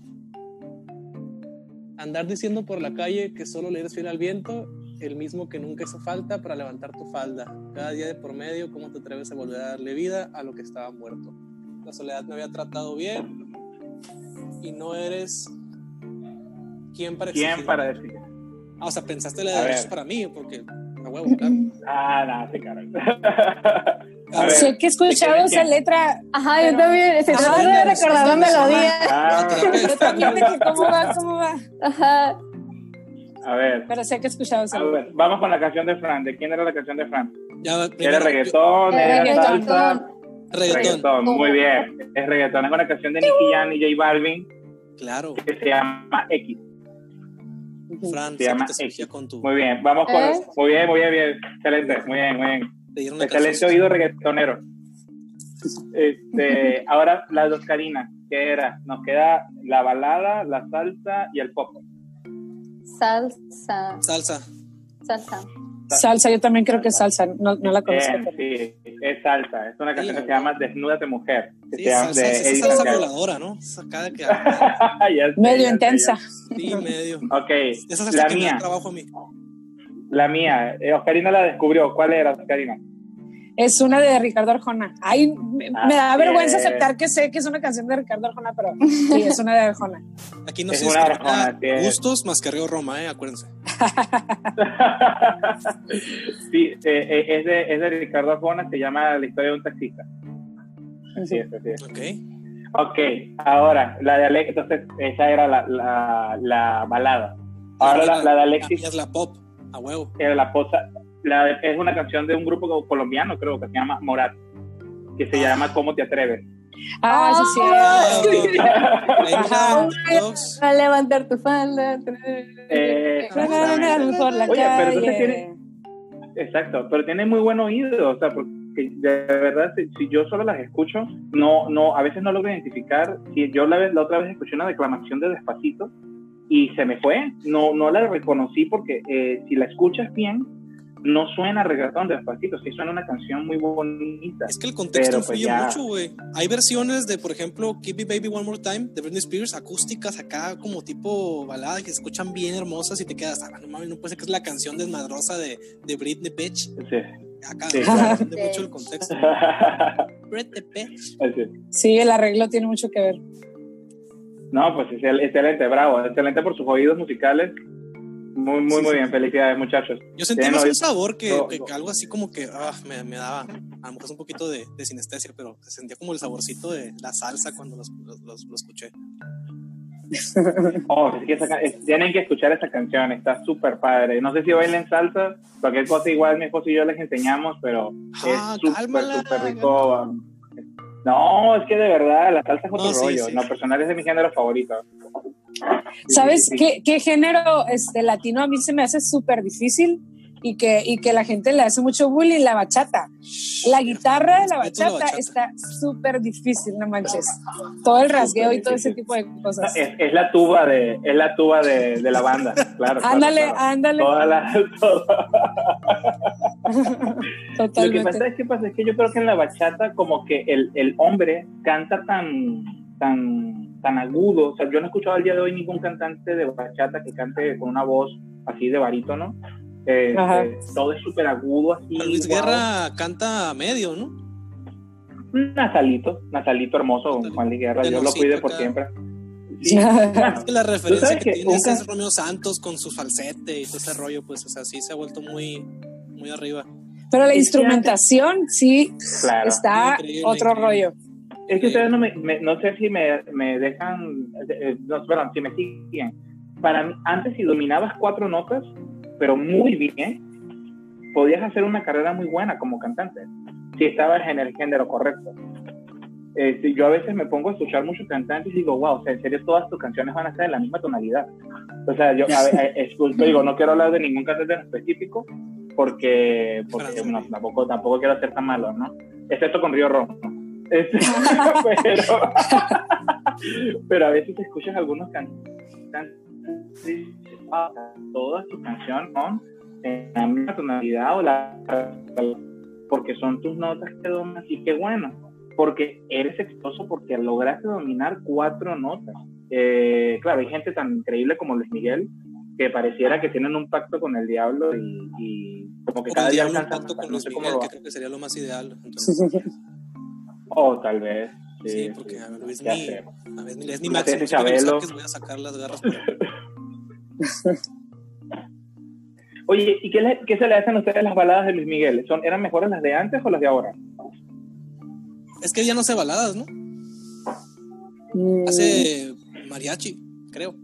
Andar diciendo por la calle que solo le eres fiel al viento, el mismo que nunca hizo falta para levantar tu falda. Cada día de por medio, ¿cómo te atreves a volver a darle vida a lo que estaba muerto? La soledad me había tratado bien y no eres quien para exigirme. ¿Quién para decir? Ah, o sea, pensaste la A de ver. derechos para mí, porque a huevo, claro. Ah, no, sí, claro. A ver, Sé que he escuchado ¿de esa quién? letra. Ajá, Pero- yo también. Se Ajá, trata de pero- recordar la melodía. Ah, Yo también de que cómo va, cómo va. Ajá. a ver, Pero sé que he escuchado esa a letra. ver, vamos con la canción de Fran. ¿De quién era la canción de Fran? ya, ¿Era primero, reggaetón? Era ¿Era reggaetón. salsa? yo- reggaetón. Reggaetón, muy bien. Es reggaetón, es una canción de Nicky Jam y J Balvin Claro, que se llama X. Fran, Se sé que llama te surgía X. con tu. Muy bien, vamos con. ¿Eh? Muy bien, muy bien, bien. Excelente, muy bien, muy bien. Te dieron una Excelente canción. oído reggaetonero. Este, ahora las dos Carinas, ¿qué era? Nos queda la balada, la salsa y el pop. Salsa. Salsa. Salsa. Salsa, yo también creo que es salsa. No, no la conozco. Bien, pero- sí, es salsa. Es una canción Sí. que se llama Desnúdate Mujer. Que Sí, se llama salsa, de esa Eddie salsa Santiago. voladora, ¿no? Esa cada que. Ya sé, Medio ya sé, intensa. ya sé. Sí, medio. Ok, Esa salsa la que me da mía, trabajo a mí. la mía. Eh, Oscarina la descubrió. ¿Cuál era, Oscarina? Es una de Ricardo Arjona. Ay, me, me da Así vergüenza es. aceptar que sé que es una canción de Ricardo Arjona, pero sí, es una de Arjona. Aquí no Es se una discrimina Arjona, sí es. gustos más que Río Roma, ¿eh? Acuérdense. Sí, eh, eh, es, de, es de Ricardo Arjona, se llama La historia de un taxista. Así es, así es. Ok. Ok, ahora, la de Alexis, entonces esa era la, la, la balada. Ahora la, la de La Alexis mía es la pop, a huevo. era la posa. la, es una canción de un grupo colombiano, creo, que se llama Morat, que se llama ¿Cómo te atreves? Ah, eso sí. A levantar tu falda. Eh, por la Oye, pero calle. entonces tiene... Exacto, pero tiene muy buen oído, o sea, porque de verdad, si, si yo solo las escucho, no, no, a veces no logro identificar. Si yo la, vez, la otra vez escuché una declamación de Despacito y se me fue, no, no la reconocí porque eh, si la escuchas bien, no suena reggaetón de Despacito, sí suena una canción muy bonita. Es que el contexto pero, influye pues, ya... mucho, güey. Hay versiones de, por ejemplo, Keep Me Baby One More Time de Britney Spears, acústicas acá como tipo balada, que se escuchan bien hermosas y te quedas, ah, no mames, no puede ser que es la canción desmadrosa de, de Britney Bitch. Sí. Acá Sí, claro, claro. depende mucho el contexto. Britney Bitch. Sí, el arreglo tiene mucho que ver. No, pues excelente, bravo, excelente por sus oídos musicales. Muy, muy, Sí, muy sí. bien, felicidades, muchachos. Yo sentí Tienen más un oídos- sabor que, no, que no. algo así como que ah, me, me daba, a lo mejor es un poquito de, de sinestesia, pero se sentía como el saborcito de la salsa cuando los, los, los, lo escuché. Oh, es que esa ca- es- tienen que escuchar esa canción, está súper padre. No sé si bailen salsa, cualquier cosa igual mi esposo y yo les enseñamos, pero Ah, es súper, cálmala, súper rico. um, No, es que de verdad, la salsa es otro No, sí, rollo. sí. En lo personal es de mi género favorito. Sí, ¿Sabes sí, sí. qué, qué género este, latino a mí se me hace súper difícil y que, y que la gente le hace mucho bullying? La bachata. La guitarra de la Respeto la bachata bachata. está súper difícil, no manches. Todo el rasgueo y todo ese difícil. tipo de cosas. Es, es la tuba de, es la tuba de, de la banda, claro. claro, Ándale, claro. ándale. Toda la, toda- Lo que Totalmente. pasa es que pasa es que yo creo que en la bachata como que el, el hombre canta tan tan tan agudo, o sea, yo no he escuchado al día de hoy ningún cantante de bachata que cante con una voz así de barítono. Eh, Ajá. eh, todo es súper agudo así. Juan Luis wow. Guerra canta a medio, ¿no? Nasalito, nasalito hermoso, Juan Luis Guerra, Dios lo Tenorcito cuide por acá. siempre. Sí, bueno, Es que la referencia sabes que, que tiene nunca- es Romeo Santos con su falsete y todo ese rollo, pues, o sea, sí se ha vuelto muy, muy arriba. Pero la Es que instrumentación sí claro. está Increíble, otro increíble. rollo. Es que ustedes no me, me- no sé si me, me dejan, eh, no, perdón, si me siguen. Para mí, antes si dominabas cuatro notas, pero muy bien, podías hacer una carrera muy buena como cantante, si estabas en el género correcto. Eh, si yo a veces me pongo a escuchar muchos cantantes y digo, wow, o sea, en serio todas tus canciones van a ser de la misma tonalidad. O sea, yo a, a, escucho, digo, no quiero hablar de ningún cantante en específico, porque, porque no, tampoco, tampoco quiero ser tan malo, ¿no? Excepto con Río Rojo. Este, pero, pero a veces escuchas algunos cantantes y dices, "Ah, todas tus canciones son en la misma tonalidad o la porque son tus notas que dominas y qué bueno, porque eres exitoso porque lograste dominar cuatro notas. Eh, claro, hay gente tan increíble como Luis Miguel que pareciera que tienen un pacto con el diablo y, y como que O cada el día diablo un alcanzan pacto más, con no Luis sé cómo Miguel, lo que hacen. creo que sería lo más ideal. Entonces, Oh, tal vez. Sí, sí, porque a Luis ya ni, sé. a Luis ni, es ni Una máximo. Tete Si me lo Chabelo. saques, voy a sacar las garras. por- Oye, ¿y qué, le- qué se le hacen a ustedes las baladas de Luis Miguel? ¿Son, ¿Eran mejores las de antes o las de ahora? Es que ya no hace baladas, ¿no? Mm, Hace mariachi, creo.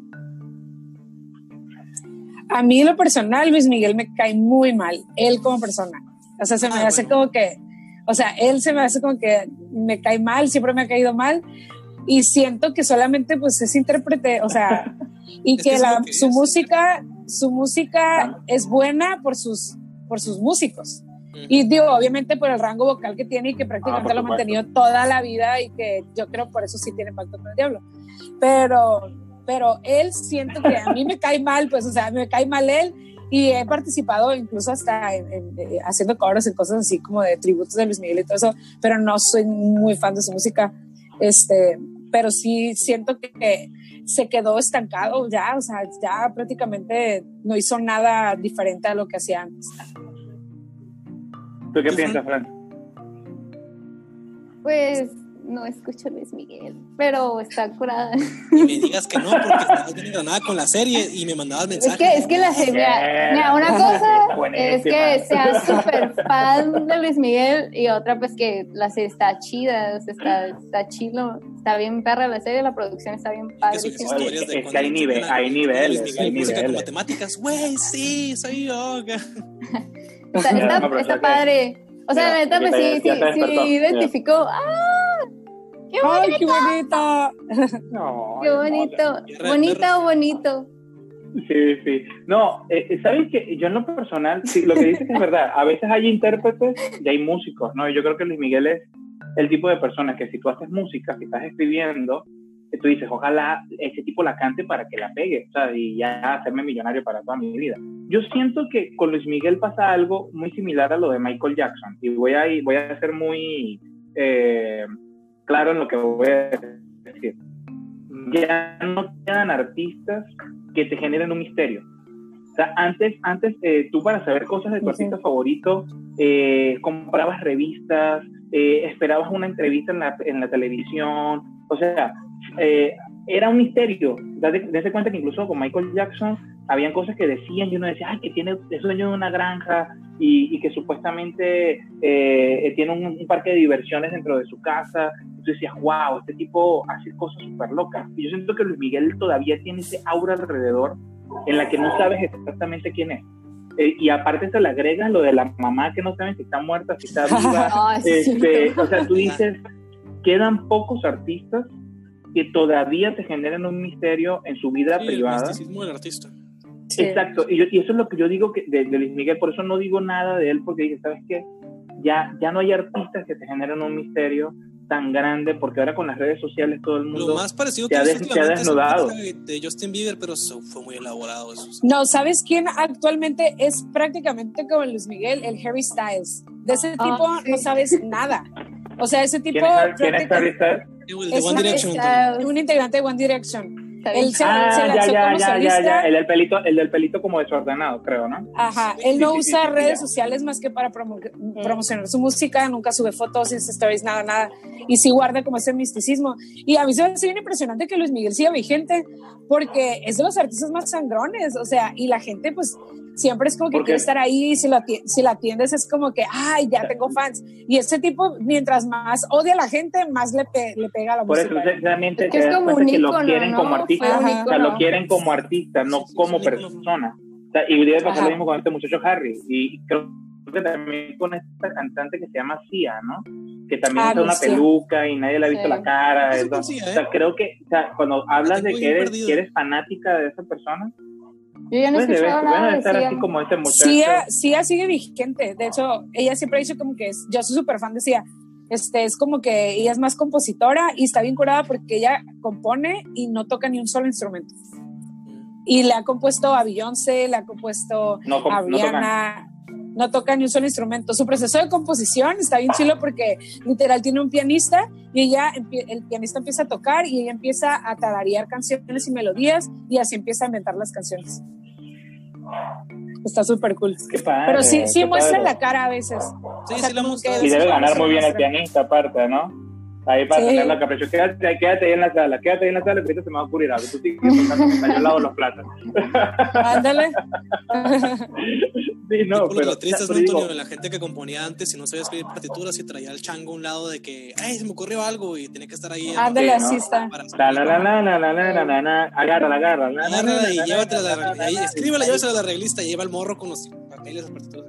A mí, en lo personal, Luis Miguel me cae muy mal, él como persona. O sea, se me Ah, hace bueno. como que, o sea, él se me hace como que me cae mal, siempre me ha caído mal. Y siento que solamente pues es intérprete, o sea, y Es que que, es la, lo que su es. música, su música es buena por sus, por sus músicos. Ujú. Y digo, obviamente por el rango vocal que tiene y que prácticamente Ah, por lo ha supuesto. mantenido toda la vida y que yo creo por eso sí tiene pacto con el diablo. Pero, pero él siento que a mí me cae mal, pues, o sea, me cae mal él y he participado incluso hasta en, en, eh, haciendo coros y cosas así como de tributos de Luis Miguel y todo eso, pero no soy muy fan de su música, este, pero sí siento que, que se quedó estancado ya, o sea, ya prácticamente no hizo nada diferente a lo que hacía antes. ¿Tú qué ¿Tú, piensas, Fran? Fran? Pues no escucho Luis Miguel, pero está curada. Y me digas que no, porque estabas bien engranada con la serie y me mandabas Es mensajes. que, es que la serie, mira, mira, una cosa es que seas súper fan de Luis Miguel y otra pues que la serie está chida, o sea, está, está chilo, está bien perra la serie, la producción está bien Que sus padrísima. Oye, historias de es cuando que hay le nive- enseñan a- hay a niveles, Luis Miguel hay música con niveles. matemáticas. Güey, sí, soy yo. Está, está, no, está padre. O sea, la neta, pues sí, sí, sí, identificó. ¡Ah! ¡Qué bonito! ¡Ay, qué bonita! No, ¡Qué bonito! No, ¿Bonita o bonito? Sí, sí. No, eh, ¿sabes qué? Yo en lo personal, sí, lo que dices que es verdad. A veces hay intérpretes y hay músicos, ¿no? Y yo creo que Luis Miguel es el tipo de persona que si tú haces música, si estás escribiendo, tú dices, ojalá ese tipo la cante para que la pegue, o sea, y ya hacerme millonario para toda mi vida. Yo siento que con Luis Miguel pasa algo muy similar a lo de Michael Jackson, y voy a, voy a ser muy eh, claro en lo que voy a decir. Ya no quedan artistas que te generen un misterio. O sea, antes, antes eh, tú para saber cosas de tu artista favorito, eh, comprabas revistas, eh, esperabas una entrevista en la, en la televisión, o sea, eh, era un misterio. Date, date cuenta que incluso con Michael Jackson habían cosas que decían y uno decía, ay, que tiene, es dueño de una granja y, y que supuestamente eh, tiene un, un parque de diversiones dentro de su casa. Entonces decías, wow, este tipo hace cosas súper locas. Y yo siento que Luis Miguel todavía tiene ese aura alrededor en la que no sabes exactamente quién es. Eh, y aparte se le agregas lo de la mamá que no saben si está muerta, si está viva. Oh, este, o sea, tú dices, quedan pocos artistas que todavía te generan un misterio en su vida sí, privada. El misticismo del artista. Sí. Exacto, y, yo, y eso es lo que yo digo que de, de Luis Miguel, por eso no digo nada de él, porque dije, ¿sabes qué? Ya, ya no hay artistas que te generen un misterio tan grande, porque ahora con las redes sociales todo el mundo lo más parecido te, que ha, des, te ha desnudado. De Justin Bieber, pero eso fue muy elaborado. Eso, ¿sí? No, ¿sabes quién actualmente es prácticamente como Luis Miguel? El Harry Styles. De ese tipo oh, sí. no sabes nada. O sea, ese tipo... ¿Quién es, ¿quién es Harry Styles? El de One Direction. Es un integrante de One Direction. Él se, ah, se lanzó ya, como ya, solista. Ya, ya. El del pelito, el del pelito como desordenado, creo, ¿no? Ajá. Él no sí, usa sí, redes sí, sociales más que para promo promocionar su música, nunca sube fotos, Insta Stories, nada, nada. Y sí guarda como ese misticismo. Y a mí se me hace bien impresionante que Luis Miguel siga vigente, porque es de los artistas más sangrones, o sea, y la gente, pues, siempre es como que quiere estar ahí, y si, lo si la atiendes es como que, ay, ya tengo fans. Y este tipo, mientras más odia a la gente, más le, pe le pega a la Por música. Por eso, realmente, es que, es como un que ícono, lo quieren ¿no? como artista, Ajá. o sea, lo quieren como artista, no sí, como persona. O sea, y debe pasar lo mismo con este muchacho Harry. Y creo que también con esta cantante que se llama Sia, ¿no? Que también ah, usa una peluca y nadie le ha visto sí. la cara. Eso eso. Sia, ¿eh? O sea, creo que, o sea, cuando hablas de que eres, que eres fanática de esa persona, yo ya no he escuchado nada de estar Sia. Así como este muchacho. Sia, Sia sigue vigente. De hecho, ella siempre ha dicho como que es, yo soy súper fan de Sia. Este, es como que ella es más compositora y está bien curada porque ella compone y no toca ni un solo instrumento. Y le ha compuesto a Beyoncé, le ha compuesto no, a Rihanna, no, no toca ni un solo instrumento. Su proceso de composición está bien chido porque literal tiene un pianista y ella, el pianista empieza a tocar y ella empieza a tararear canciones y melodías y así empieza a inventar las canciones. Está súper cool. Qué padre, pero sí, sí muestra padre. la cara a veces. Sí, o sea, sí la muestra. Y debe ganar muy bien el pianista aparte, ¿no? Ahí para sí. tener la capricho. Quédate, quédate ahí en la sala, quédate ahí en la sala, que ahorita se me va a ocurrir algo. Tú sigues tocando que cayó al lado de los platos. Ándale. Sí, no, pero... Los letristas, ¿no, Antonio? Digo, la gente que componía antes y no sabía escribir partituras y traía el chango a un lado de que, ay, se me ocurrió algo y tenía que estar ahí. Ándale, así está. La, la, la, la, la, la, la, la, la, agárrala, agárrala. Agárrala y llévatela, escríbela, llévatela a la reglista y lleva el morro con los papeles, las partituras.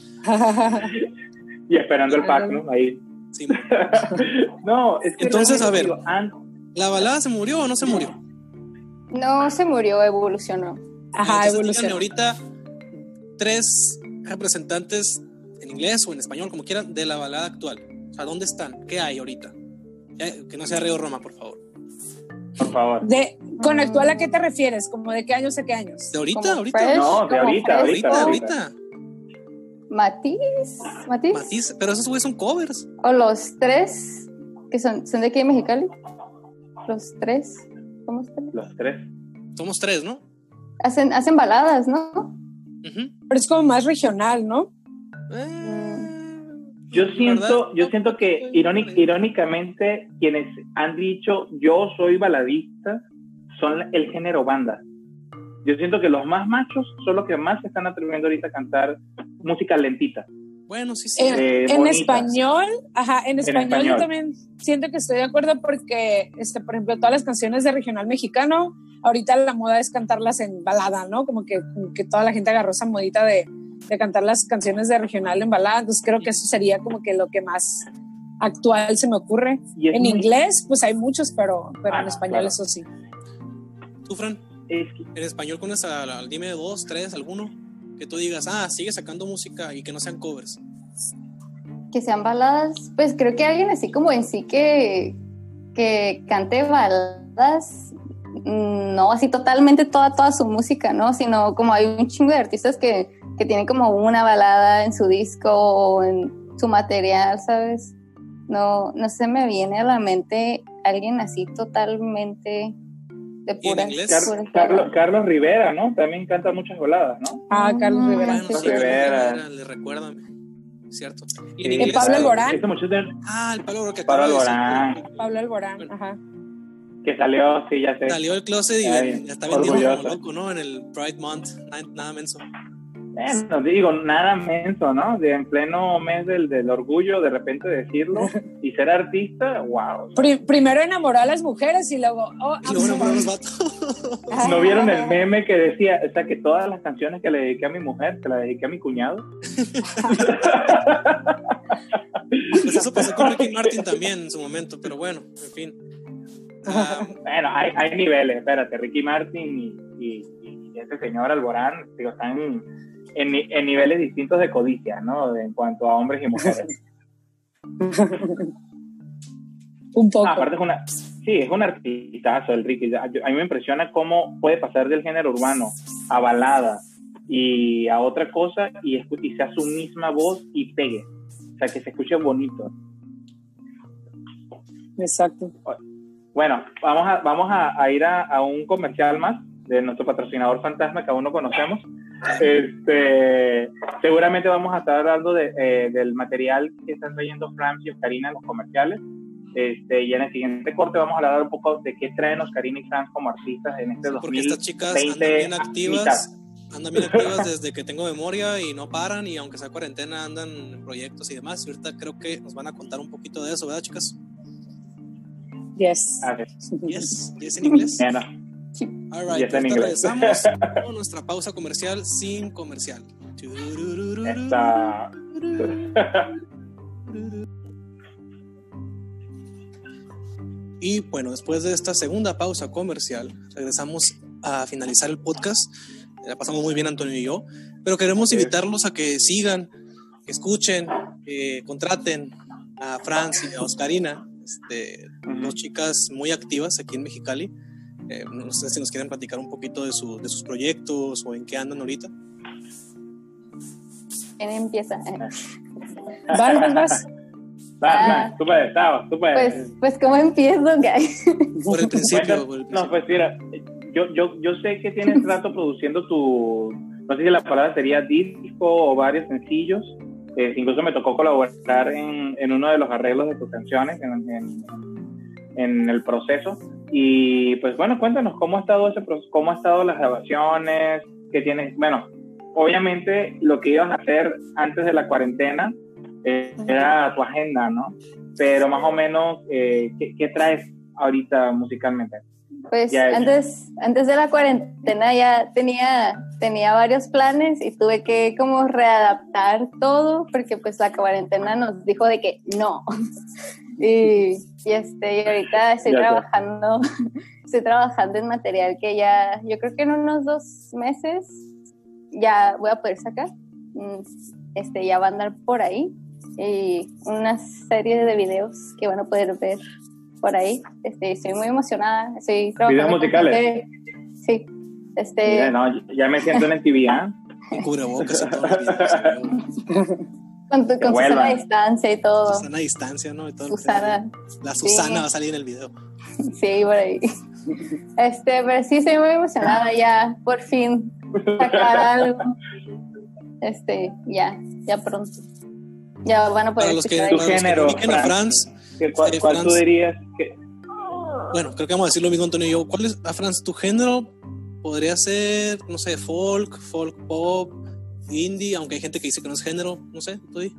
Y esperando el pack, ¿no? Ahí. Sí. No, es que entonces, a ver, digo, ¿la balada se murió o no se murió? No se murió, evolucionó. Ajá, entonces, evolucionó. Ahorita tres representantes en inglés o en español, como quieran, de la balada actual. O sea, ¿dónde están? ¿Qué hay ahorita? Que no sea Río Roma, por favor. Por favor. De, ¿Con actual a qué te refieres? ¿Como de qué años a qué años? ¿De ahorita? ¿Ahorita? Fresh, no, de ahorita, ahorita, ahorita, ahorita. ahorita. Matiz, Matiz. Matiz, pero esos güeyes son covers. O los tres, que son, son de aquí de Mexicali. Los tres. ¿Cómo están? Los tres. Somos tres, ¿no? Hacen, hacen baladas, ¿no? Uh-huh. Pero es como más regional, ¿no? Eh, yo siento, yo siento que irónic, irónicamente quienes han dicho yo soy baladista son el género banda. Yo siento que los más machos son los que más se están atreviendo ahorita a cantar música lentita. Bueno, sí, sí. En, eh, en español, ajá, en español, en español yo también siento que estoy de acuerdo porque, este, por ejemplo, todas las canciones de regional mexicano, ahorita la moda es cantarlas en balada, ¿no? Como que, como que toda la gente agarró esa modita de, de cantar las canciones de regional en balada, entonces creo que eso sería como que lo que más actual se me ocurre. En muy... inglés, pues hay muchos, pero, pero ah, en español claro. Eso sí. ¿Tú, Fran? Es que... ¿En español conoces al dime dos, tres, alguno? Que tú digas, ah, sigue sacando música y que no sean covers. Que sean baladas, pues creo que alguien así como en sí que, que cante baladas, no así totalmente toda, toda su música, ¿no? Sino como hay un chingo de artistas que, que tienen como una balada en su disco o en su material, ¿sabes? No, no se me viene a la mente alguien así totalmente de puras. Car- Carlos, Carlos Rivera, ¿no? También canta muchas baladas, ¿no? Ah, Carlos Rivera. Bueno, sí, Rivera. Rivera, le recuérdame. Cierto. ¿Y en inglés? ¿El Pablo Alborán? Ah, el Pablo que Pablo Alborán. Decir, Pablo Alborán, bueno. Ajá. Que salió, sí, ya sé. Salió del closet y Ay, ya está vendiendo como loco, ¿no? En el Pride Month, nada, nada menso. Bueno, digo, nada menso, ¿no? De en pleno mes del, del orgullo, de repente decirlo y ser artista, wow. Prim- primero enamoró a las mujeres y luego... Oh, y luego enamoró a los vatos. ¿No vieron el meme que decía, o sea, que todas las canciones que le dediqué a mi mujer, se las dediqué a mi cuñado? Pues eso pasó con Ricky Martin también en su momento, pero bueno, en fin. Um, bueno, hay, hay niveles, espérate, Ricky Martin y, y, y ese señor Alborán, digo, están en, en, en niveles distintos de codicia, ¿no? En cuanto a hombres y mujeres. Un poco. Ah, aparte es una, sí, es un artistazo el Ricky. A, a mí me impresiona cómo puede pasar del género urbano a balada y a otra cosa y, y sea su misma voz y pegue. O sea, que se escuche bonito. Exacto. Bueno, vamos a, vamos a, a ir a, a un comercial más de nuestro patrocinador fantasma que aún no conocemos. Este, seguramente vamos a estar hablando de, eh, del material que están trayendo Franz y Oscarina en los comerciales. Este, y en el siguiente corte vamos a hablar un poco de qué traen Oscarina y Franz como artistas en este dos mil veinte. Porque estas chicas andan bien activas, andan bien activas desde que tengo memoria y no paran, y aunque sea cuarentena andan en proyectos y demás. Y ahorita creo que nos van a contar un poquito de eso, ¿verdad, chicas? Yes. Yes, yes en inglés. Yeah, no. All right, yes, en inglés. Regresamos con nuestra pausa comercial sin comercial. Esta... Y bueno, después de esta segunda pausa comercial, regresamos a finalizar el podcast. La pasamos muy bien Antonio y yo, pero queremos invitarlos a que sigan, que escuchen, que contraten a Franz y a Oscarina. Este, uh-huh. Dos chicas muy activas aquí en Mexicali. Eh, no sé si nos quieren platicar un poquito de, su, de sus proyectos o en qué andan ahorita. ¿Quién empieza? ¿Vas, vas, vas? Ah, tú puedes, tú puedes. Pues, pues ¿cómo empiezo? Por el principio. Por el principio. No, pues mira, yo, yo, yo sé que tienes rato produciendo tu, no sé si la palabra sería disco o varios sencillos. Eh, incluso me tocó colaborar en, en uno de los arreglos de tus canciones, en, en, en el proceso. Y pues bueno, cuéntanos cómo ha estado ese proceso, cómo ha estado las grabaciones, qué tienes. Bueno, obviamente lo que ibas a hacer antes de la cuarentena eh, era tu agenda, ¿no? Pero más o menos, eh, ¿qué, qué traes ahorita musicalmente? Pues antes, antes de la cuarentena ya tenía, tenía varios planes y tuve que como readaptar todo porque pues la cuarentena nos dijo de que no. y, y, este, y ahorita estoy ya trabajando, estoy trabajando en material que ya, yo creo que en unos dos meses ya voy a poder sacar. Este, ya va a andar por ahí y una serie de videos que van a poder ver por ahí. Este, estoy muy emocionada. Estoy ¿Videos musicales? Este, sí. Este, Mira, no, ya me siento en M T V, ¿eh? Con cubrebocas y todo. Videos, con tu, con Susana distancia y todo. Susana distancia, ¿no? Y todo Susana. La Susana sí. va a salir en el video. Sí, por ahí. Este, pero sí estoy muy emocionada ya, por fin, sacar algo. Este, ya, ya pronto. Ya van a poder para los que, tu género, que a Franz, ¿cuál, eh, ¿cuál Franz, tú dirías que...? Bueno, creo que vamos a decir lo mismo Antonio y yo. ¿Cuál es, a Franz, tu género? Podría ser, no sé, folk, folk pop, indie, aunque hay gente que dice que no es género, no sé, tú di.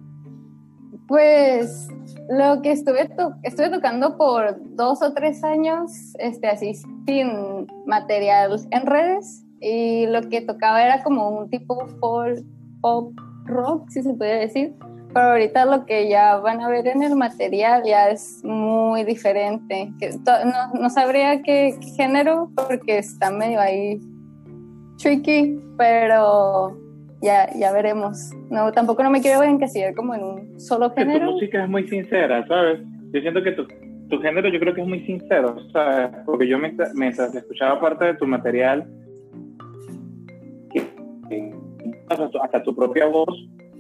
Pues lo que estuve, to- estuve tocando por dos o tres años, este, así sin material en redes, y lo que tocaba era como un tipo folk, pop rock, si se puede decir, pero ahorita lo que ya van a ver en el material ya es muy diferente. Que to- no, no sabría qué, qué género, porque está medio ahí tricky, pero ya, ya veremos. No, tampoco no me quiero encasillar como en un solo Que tu género. música es muy sincera, ¿sabes? Yo siento que tu, tu género yo creo que es muy sincero, ¿sabes? Porque yo mientras, mientras escuchaba parte de tu material, que, que, hasta, tu, hasta tu propia voz.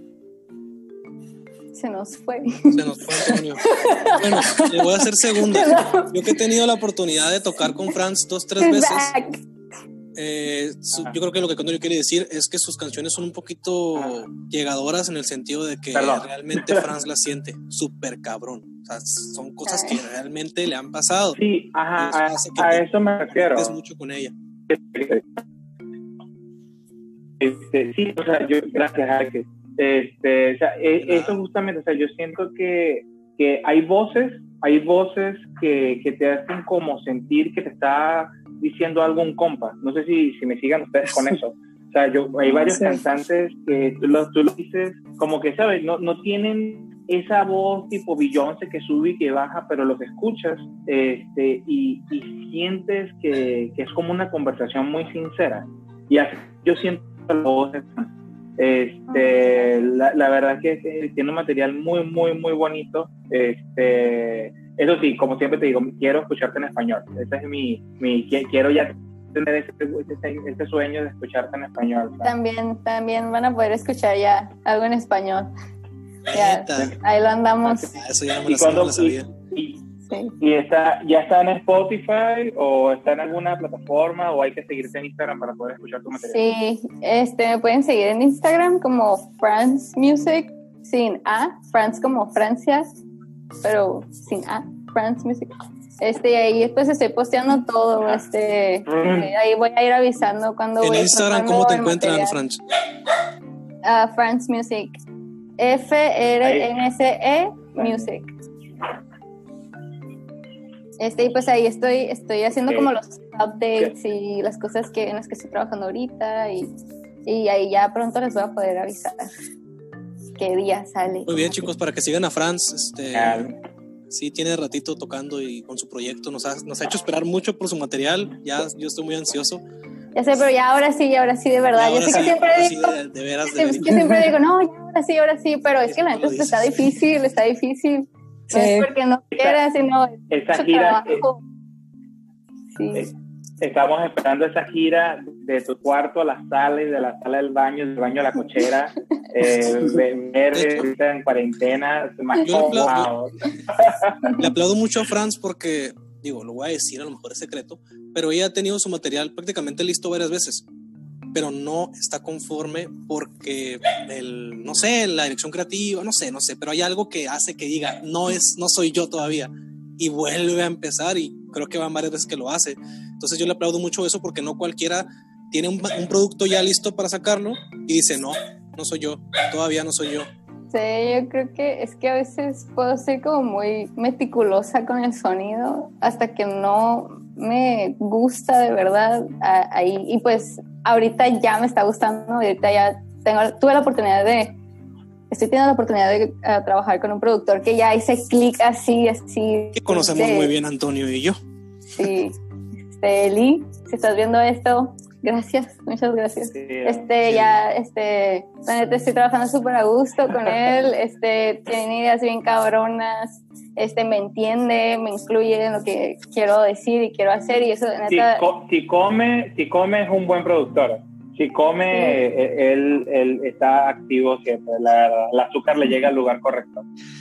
Se nos fue. Se nos fue Antonio. Bueno, le voy a hacer segunda. Yo que he tenido la oportunidad de tocar con Franz dos, tres veces. Eh, su, yo creo que lo que Antonio quiere decir es que sus canciones son un poquito llegadoras en el sentido de que Perdón. realmente Franz las siente súper cabrón. O sea, son cosas que realmente le han pasado. Sí, ajá, eso a, hace que a te eso me refiero. conectes mucho con ella. Este, sí, o sea, yo, gracias, Alex. Este, o sea, e, eso justamente, o sea, yo siento que, que hay voces, hay voces que, que te hacen como sentir que te está diciendo algo un compa. No sé si, si me sigan ustedes con eso. O sea, yo, hay varios sí. cantantes que tú lo, tú lo dices como que, ¿sabes? No, no tienen esa voz tipo Beyoncé que sube y que baja, pero los escuchas este, y, y sientes que, que es como una conversación muy sincera. Y así yo siento la voz de Este, la, la verdad que, que tiene un material muy, muy, muy bonito. Este, eso sí, como siempre te digo, quiero escucharte en español. Ese es mi, mi quiero ya tener ese, ese, ese sueño de escucharte en español, ¿sabes? También, también van a poder escuchar ya algo en español. Ya, ahí lo andamos. Ah, eso ya no me lo, cuando, no lo sabía. Y, y, sí. ¿Y está, ya está en Spotify o está en alguna plataforma o hay que seguirte en Instagram para poder escuchar tu material? Sí, este, me pueden seguir en Instagram como France Music, sin A, France como Francia, pero sin A, France Music. Este, y ahí pues estoy posteando todo, este, mm. ahí voy a ir avisando cuando en voy Instagram, ¿cómo te encuentran, France? Uh, France Music, F R N C E Music. Este, y pues ahí estoy, estoy haciendo okay. como los updates okay. y las cosas que, en las que estoy trabajando ahorita y, y ahí ya pronto les voy a poder avisar qué día sale. Muy bien, chicos, para que sigan a Franz, este, claro. sí tiene ratito tocando y con su proyecto, nos ha, nos ha hecho esperar mucho por su material, ya yo estoy muy ansioso. Ya sé, pero ya ahora sí, ahora sí, de verdad. Yo sé sí, que siempre digo, sí, de, de veras, de que siempre digo, no, ya ahora sí, ahora sí, pero es que la neta está difícil, está difícil. Sí. No es porque no quiera, sino esa gira. Eh, sí. eh, estamos esperando esa gira de tu cuarto a la sala y de la sala del baño, del baño a la cochera. eh, ver ahorita en cuarentena, más yo le, aplaudo, wow. le aplaudo mucho a Franz porque, digo, lo voy a decir, a lo mejor es secreto, pero ella ha tenido su material prácticamente listo varias veces, pero no está conforme porque el, no sé, la dirección creativa, no sé, no sé, pero hay algo que hace que diga, no es, no soy yo todavía, y vuelve a empezar, y creo que van varias veces que lo hace. Entonces yo le aplaudo mucho eso porque no cualquiera tiene un, un producto ya listo para sacarlo y dice, no, no soy yo, todavía no soy yo. Sí, yo creo que es que a veces puedo ser como muy meticulosa con el sonido hasta que no me gusta de verdad ahí, y pues ahorita ya me está gustando, ahorita ya tengo, tuve la oportunidad de, estoy teniendo la oportunidad de uh, trabajar con un productor que ya hice clic así, así. Que conocemos de, muy bien Antonio y yo. Sí, este, Eli, si estás viendo esto, gracias, muchas gracias. Sí, este, sí. ya, este, la neta estoy trabajando súper a gusto con él, este, tiene ideas bien cabronas, este, me entiende, me incluye en lo que quiero decir y quiero hacer, y eso, neta. Si, co- si come, si come es un buen productor. Si come, sí. él, él está activo siempre, la verdad. El azúcar le llega al lugar correcto.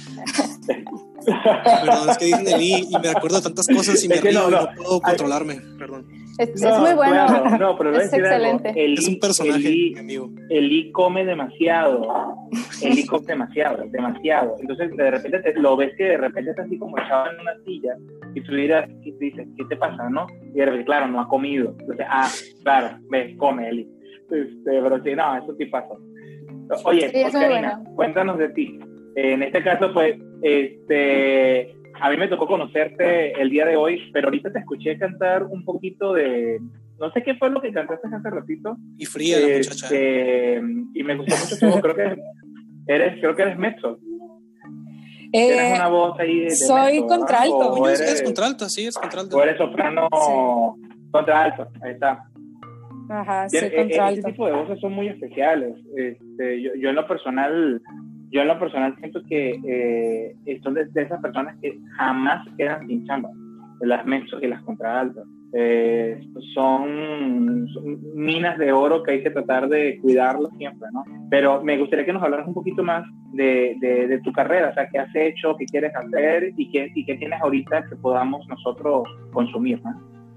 Perdón, es que dicen Eli y me acuerdo de tantas cosas y me río no, no, y no puedo controlarme, perdón. Es, no, es muy bueno, claro, no, pero es excelente. Eli, es un personaje, Eli, mi amigo. Eli come demasiado, Eli come demasiado, demasiado. Entonces de repente te, lo ves que de repente está así como echado en una silla y tú dirás, y te dices, ¿qué te pasa, no? Y de repente, claro, no ha comido. Entonces, ah, claro, ves, come Eli. Este, pero sí, no, eso sí pasa. Oye, sí, Oscarina, bueno. Cuéntanos de ti. En este caso, pues, este, a mí me tocó conocerte el día de hoy, pero ahorita te escuché cantar un poquito de, no sé qué fue lo que cantaste hace ratito. Y fría la muchacha. Eh, y me gustó mucho tu voz, creo que eres, creo que eres mezzo. Eh, Tienes una voz ahí de soy mezzo, contralto. O eres, eres, eres contralto, sí, es contralto. O eres soprano sí. Contralto, ahí está. Ajá, sí, Tien, contralto. Este tipo de voces son muy especiales. Este, yo, yo en lo personal, yo en lo personal siento que eh, son de, de esas personas que jamás quedan sin chamba, de las mezzos y las contraltas. Eh, son, son minas de oro que hay que tratar de cuidarlo siempre, ¿no? Pero me gustaría que nos hablaras un poquito más de, de, de tu carrera, o sea, qué has hecho, qué quieres hacer y qué, y qué tienes ahorita que podamos nosotros consumir, ¿no?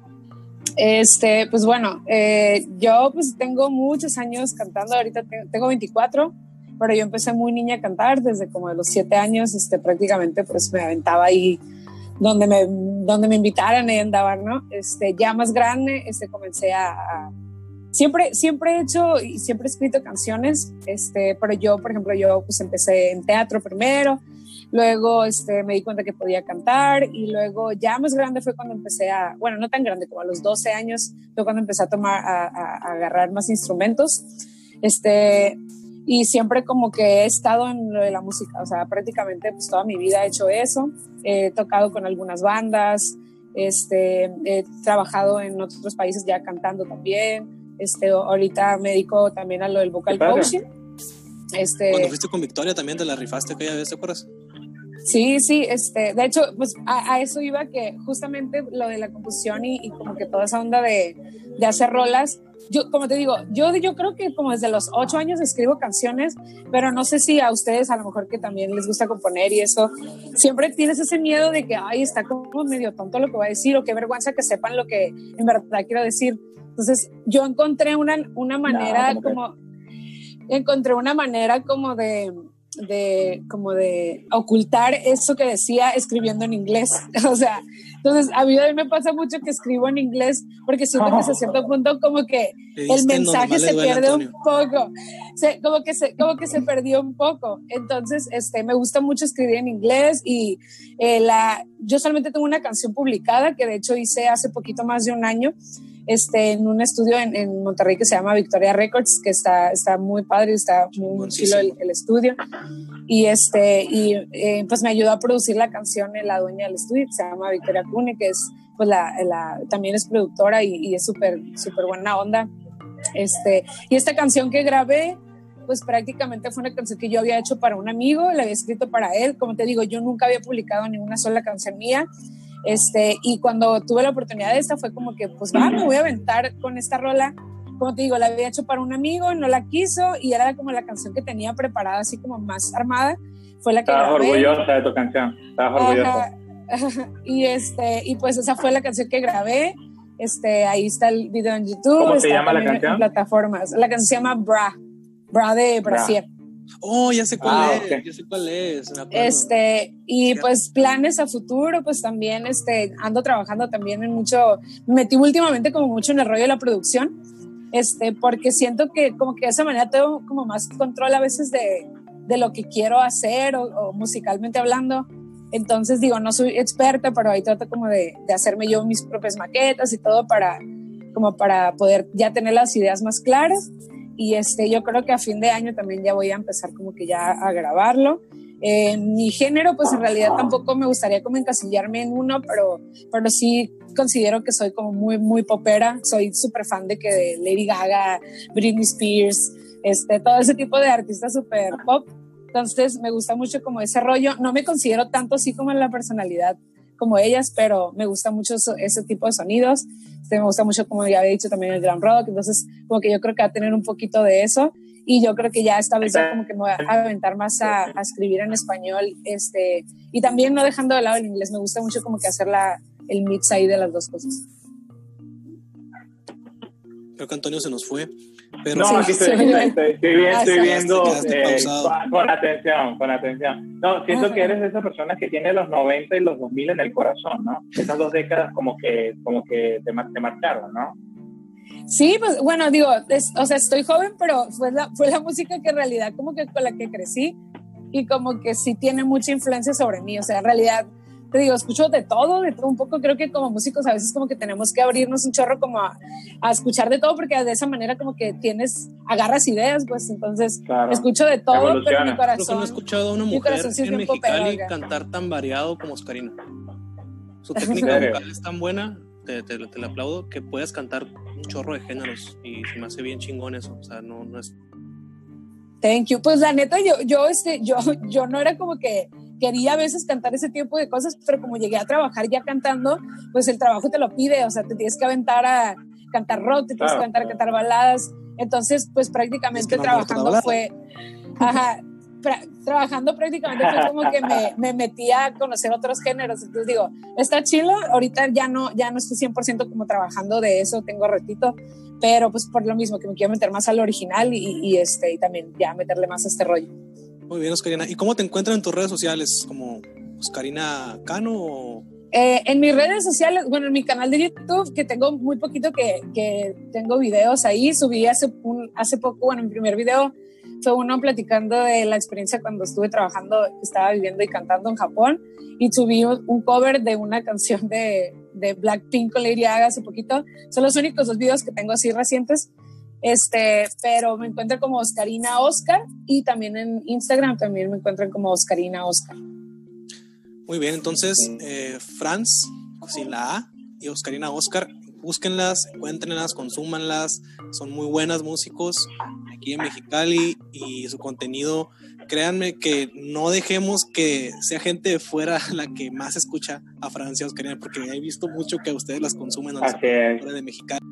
Este, pues bueno, eh, yo pues tengo muchos años cantando, ahorita tengo veinticuatro, pero yo empecé muy niña a cantar, desde como de los siete años, este, prácticamente pues me aventaba ahí donde me, donde me invitaran y andaba, ¿no? Este, ya más grande, este, comencé a, a siempre, siempre he hecho y siempre he escrito canciones, este, pero yo, por ejemplo, yo pues empecé en teatro primero, luego este, me di cuenta que podía cantar y luego ya más grande fue cuando empecé a, bueno, no tan grande, como a los doce años, fue cuando empecé a tomar, a, a, a agarrar más instrumentos, este, y siempre como que he estado en lo de la música, o sea, prácticamente pues toda mi vida he hecho eso, he tocado con algunas bandas, este, he trabajado en otros países ya cantando también, este, ahorita me dedico también a lo del vocal coaching. Este, Cuando fuiste con Victoria también te la rifaste aquella vez, ¿te acuerdas? Sí, sí, este, de hecho, pues a, a eso iba, que justamente lo de la composición y, y como que toda esa onda de, de hacer rolas, yo, como te digo, yo, yo creo que como desde los ocho años escribo canciones, pero no sé si a ustedes a lo mejor que también les gusta componer y eso, siempre tienes ese miedo de que, ay, está como medio tonto lo que voy a decir, o qué vergüenza que sepan lo que en verdad quiero decir. Entonces, yo encontré una, una manera no, como, que... encontré una manera como de... de como de ocultar eso que decía escribiendo en inglés, o sea, entonces a mí, a mí me pasa mucho que escribo en inglés porque siento que hasta cierto punto como que el mensaje se pierde un poco, se, como que se como que se perdió un poco, entonces este me gusta mucho escribir en inglés y eh, la yo solamente tengo una canción publicada que de hecho hice hace poquito más de un año. Este, en un estudio en, en Monterrey que se llama Victoria Records, que está, está muy padre, está muy chulo el, el estudio. Y, este, y eh, pues me ayudó a producir la canción en la dueña del estudio, que se llama Victoria Cune, que es, pues la, la, también es productora y, y es súper, súper buena onda. Este, y esta canción que grabé, pues prácticamente fue una canción que yo había hecho para un amigo, la había escrito para él. Como te digo, yo nunca había publicado ninguna sola canción mía. Este, y cuando tuve la oportunidad de esta fue como que pues va, me voy a aventar con esta rola, como te digo, la había hecho para un amigo, no la quiso y era como la canción que tenía preparada así como más armada, fue la que estabas grabé. orgullosa de tu canción, estabas orgullosa. Ajá, y este, y pues esa fue la canción que grabé, este, ahí está el video en YouTube. ¿Cómo se está llama la canción? En plataformas, la canción se llama Bra, Bra de Brasier. Oh, ya sé cuál ah, es, okay. ya sé cuál es, me acuerdo. Este, y pues planes a futuro, pues también este, ando trabajando también en mucho, me metí últimamente como mucho en el rollo de la producción, este, porque siento que como que de esa manera tengo como más control a veces de, de lo que quiero hacer o, o musicalmente hablando. Entonces digo, no soy experta, pero ahí trato como de, de hacerme yo mis propias maquetas y todo para, como para poder ya tener las ideas más claras. Y este, yo creo que a fin de año también ya voy a empezar como que ya a grabarlo. Eh, mi género, pues en realidad tampoco me gustaría como encasillarme en uno, pero, pero sí considero que soy como muy, muy popera. Soy súper fan de que de Lady Gaga, Britney Spears, este, todo ese tipo de artistas súper pop. Entonces me gusta mucho como ese rollo. No me considero tanto así como en la personalidad como ellas, pero me gusta mucho eso, ese tipo de sonidos. Este, me gusta mucho, como ya había dicho, también el glam rock. Entonces como que yo creo que va a tener un poquito de eso. Y yo creo que ya esta vez ya como que me voy a aventar más a, a escribir en español, este, y también no dejando de lado el inglés. Me gusta mucho como que hacer la, el mix ahí de las dos cosas. Creo que Antonio se nos fue. Pero no, sí, aquí estoy, sí. estoy, estoy, estoy, bien, estoy viendo eh, con, con atención, con atención. No, siento que eres de esas personas que tiene los noventa y los dos mil en el corazón, ¿no? Esas dos décadas como que, como que te, te marcaron, ¿no? Sí, pues bueno, digo, es, o sea, estoy joven, pero fue la, fue la música que en realidad como que con la que crecí y como que sí tiene mucha influencia sobre mí, o sea, en realidad te digo, escucho de todo, de todo un poco. Creo que como músicos a veces como que tenemos que abrirnos un chorro como a, a escuchar de todo, porque de esa manera como que tienes, agarras ideas, pues entonces claro. escucho de todo, Evoluciona. pero mi corazón... Creo que no he escuchado a una mujer sí en Mexicali cantar tan variado como Oscarina. Su técnica vocal es tan buena, te, te, te la aplaudo, que puedes cantar un chorro de géneros y se me hace bien chingón eso, o sea, no, no es... Thank you. Pues la neta, yo, yo, este, yo, yo no era como que quería a veces cantar ese tipo de cosas, pero como llegué a trabajar ya cantando, pues el trabajo te lo pide, o sea, te tienes que aventar a cantar rock, te tienes claro. que aventar a cantar baladas, entonces pues prácticamente es que no trabajando fue, ajá, pra, trabajando prácticamente fue como que me, me metí a conocer otros géneros, entonces digo, está chido, ahorita ya no, ya no estoy cien por ciento como trabajando de eso, tengo ratito, pero pues por lo mismo que me quiero meter más al original y, y, este, y también ya meterle más a este rollo. Muy bien, Oscarina. ¿Y cómo te encuentran en tus redes sociales? ¿Como Oscarina Cano o...? Eh, en mis redes sociales, bueno, en mi canal de YouTube, que tengo muy poquito que, que tengo videos ahí, subí hace, un, hace poco, bueno, mi primer video fue uno platicando de la experiencia cuando estuve trabajando, estaba viviendo y cantando en Japón, y subí un, un cover de una canción de, de Blackpink con Lady Gaga hace poquito. Son los únicos dos videos que tengo así recientes. Este, pero me encuentran como Oscarina Oscar y también en Instagram también me encuentran como Oscarina Oscar. Muy bien, entonces eh, Franz, sin la A, y Oscarina Oscar, búsquenlas, encuéntrenlas, consúmanlas, son muy buenas músicos aquí en Mexicali y su contenido, créanme que no dejemos que sea gente de fuera la que más escucha a Francia Oscarina, porque he visto mucho que ustedes las consumen a fuera de Mexicali.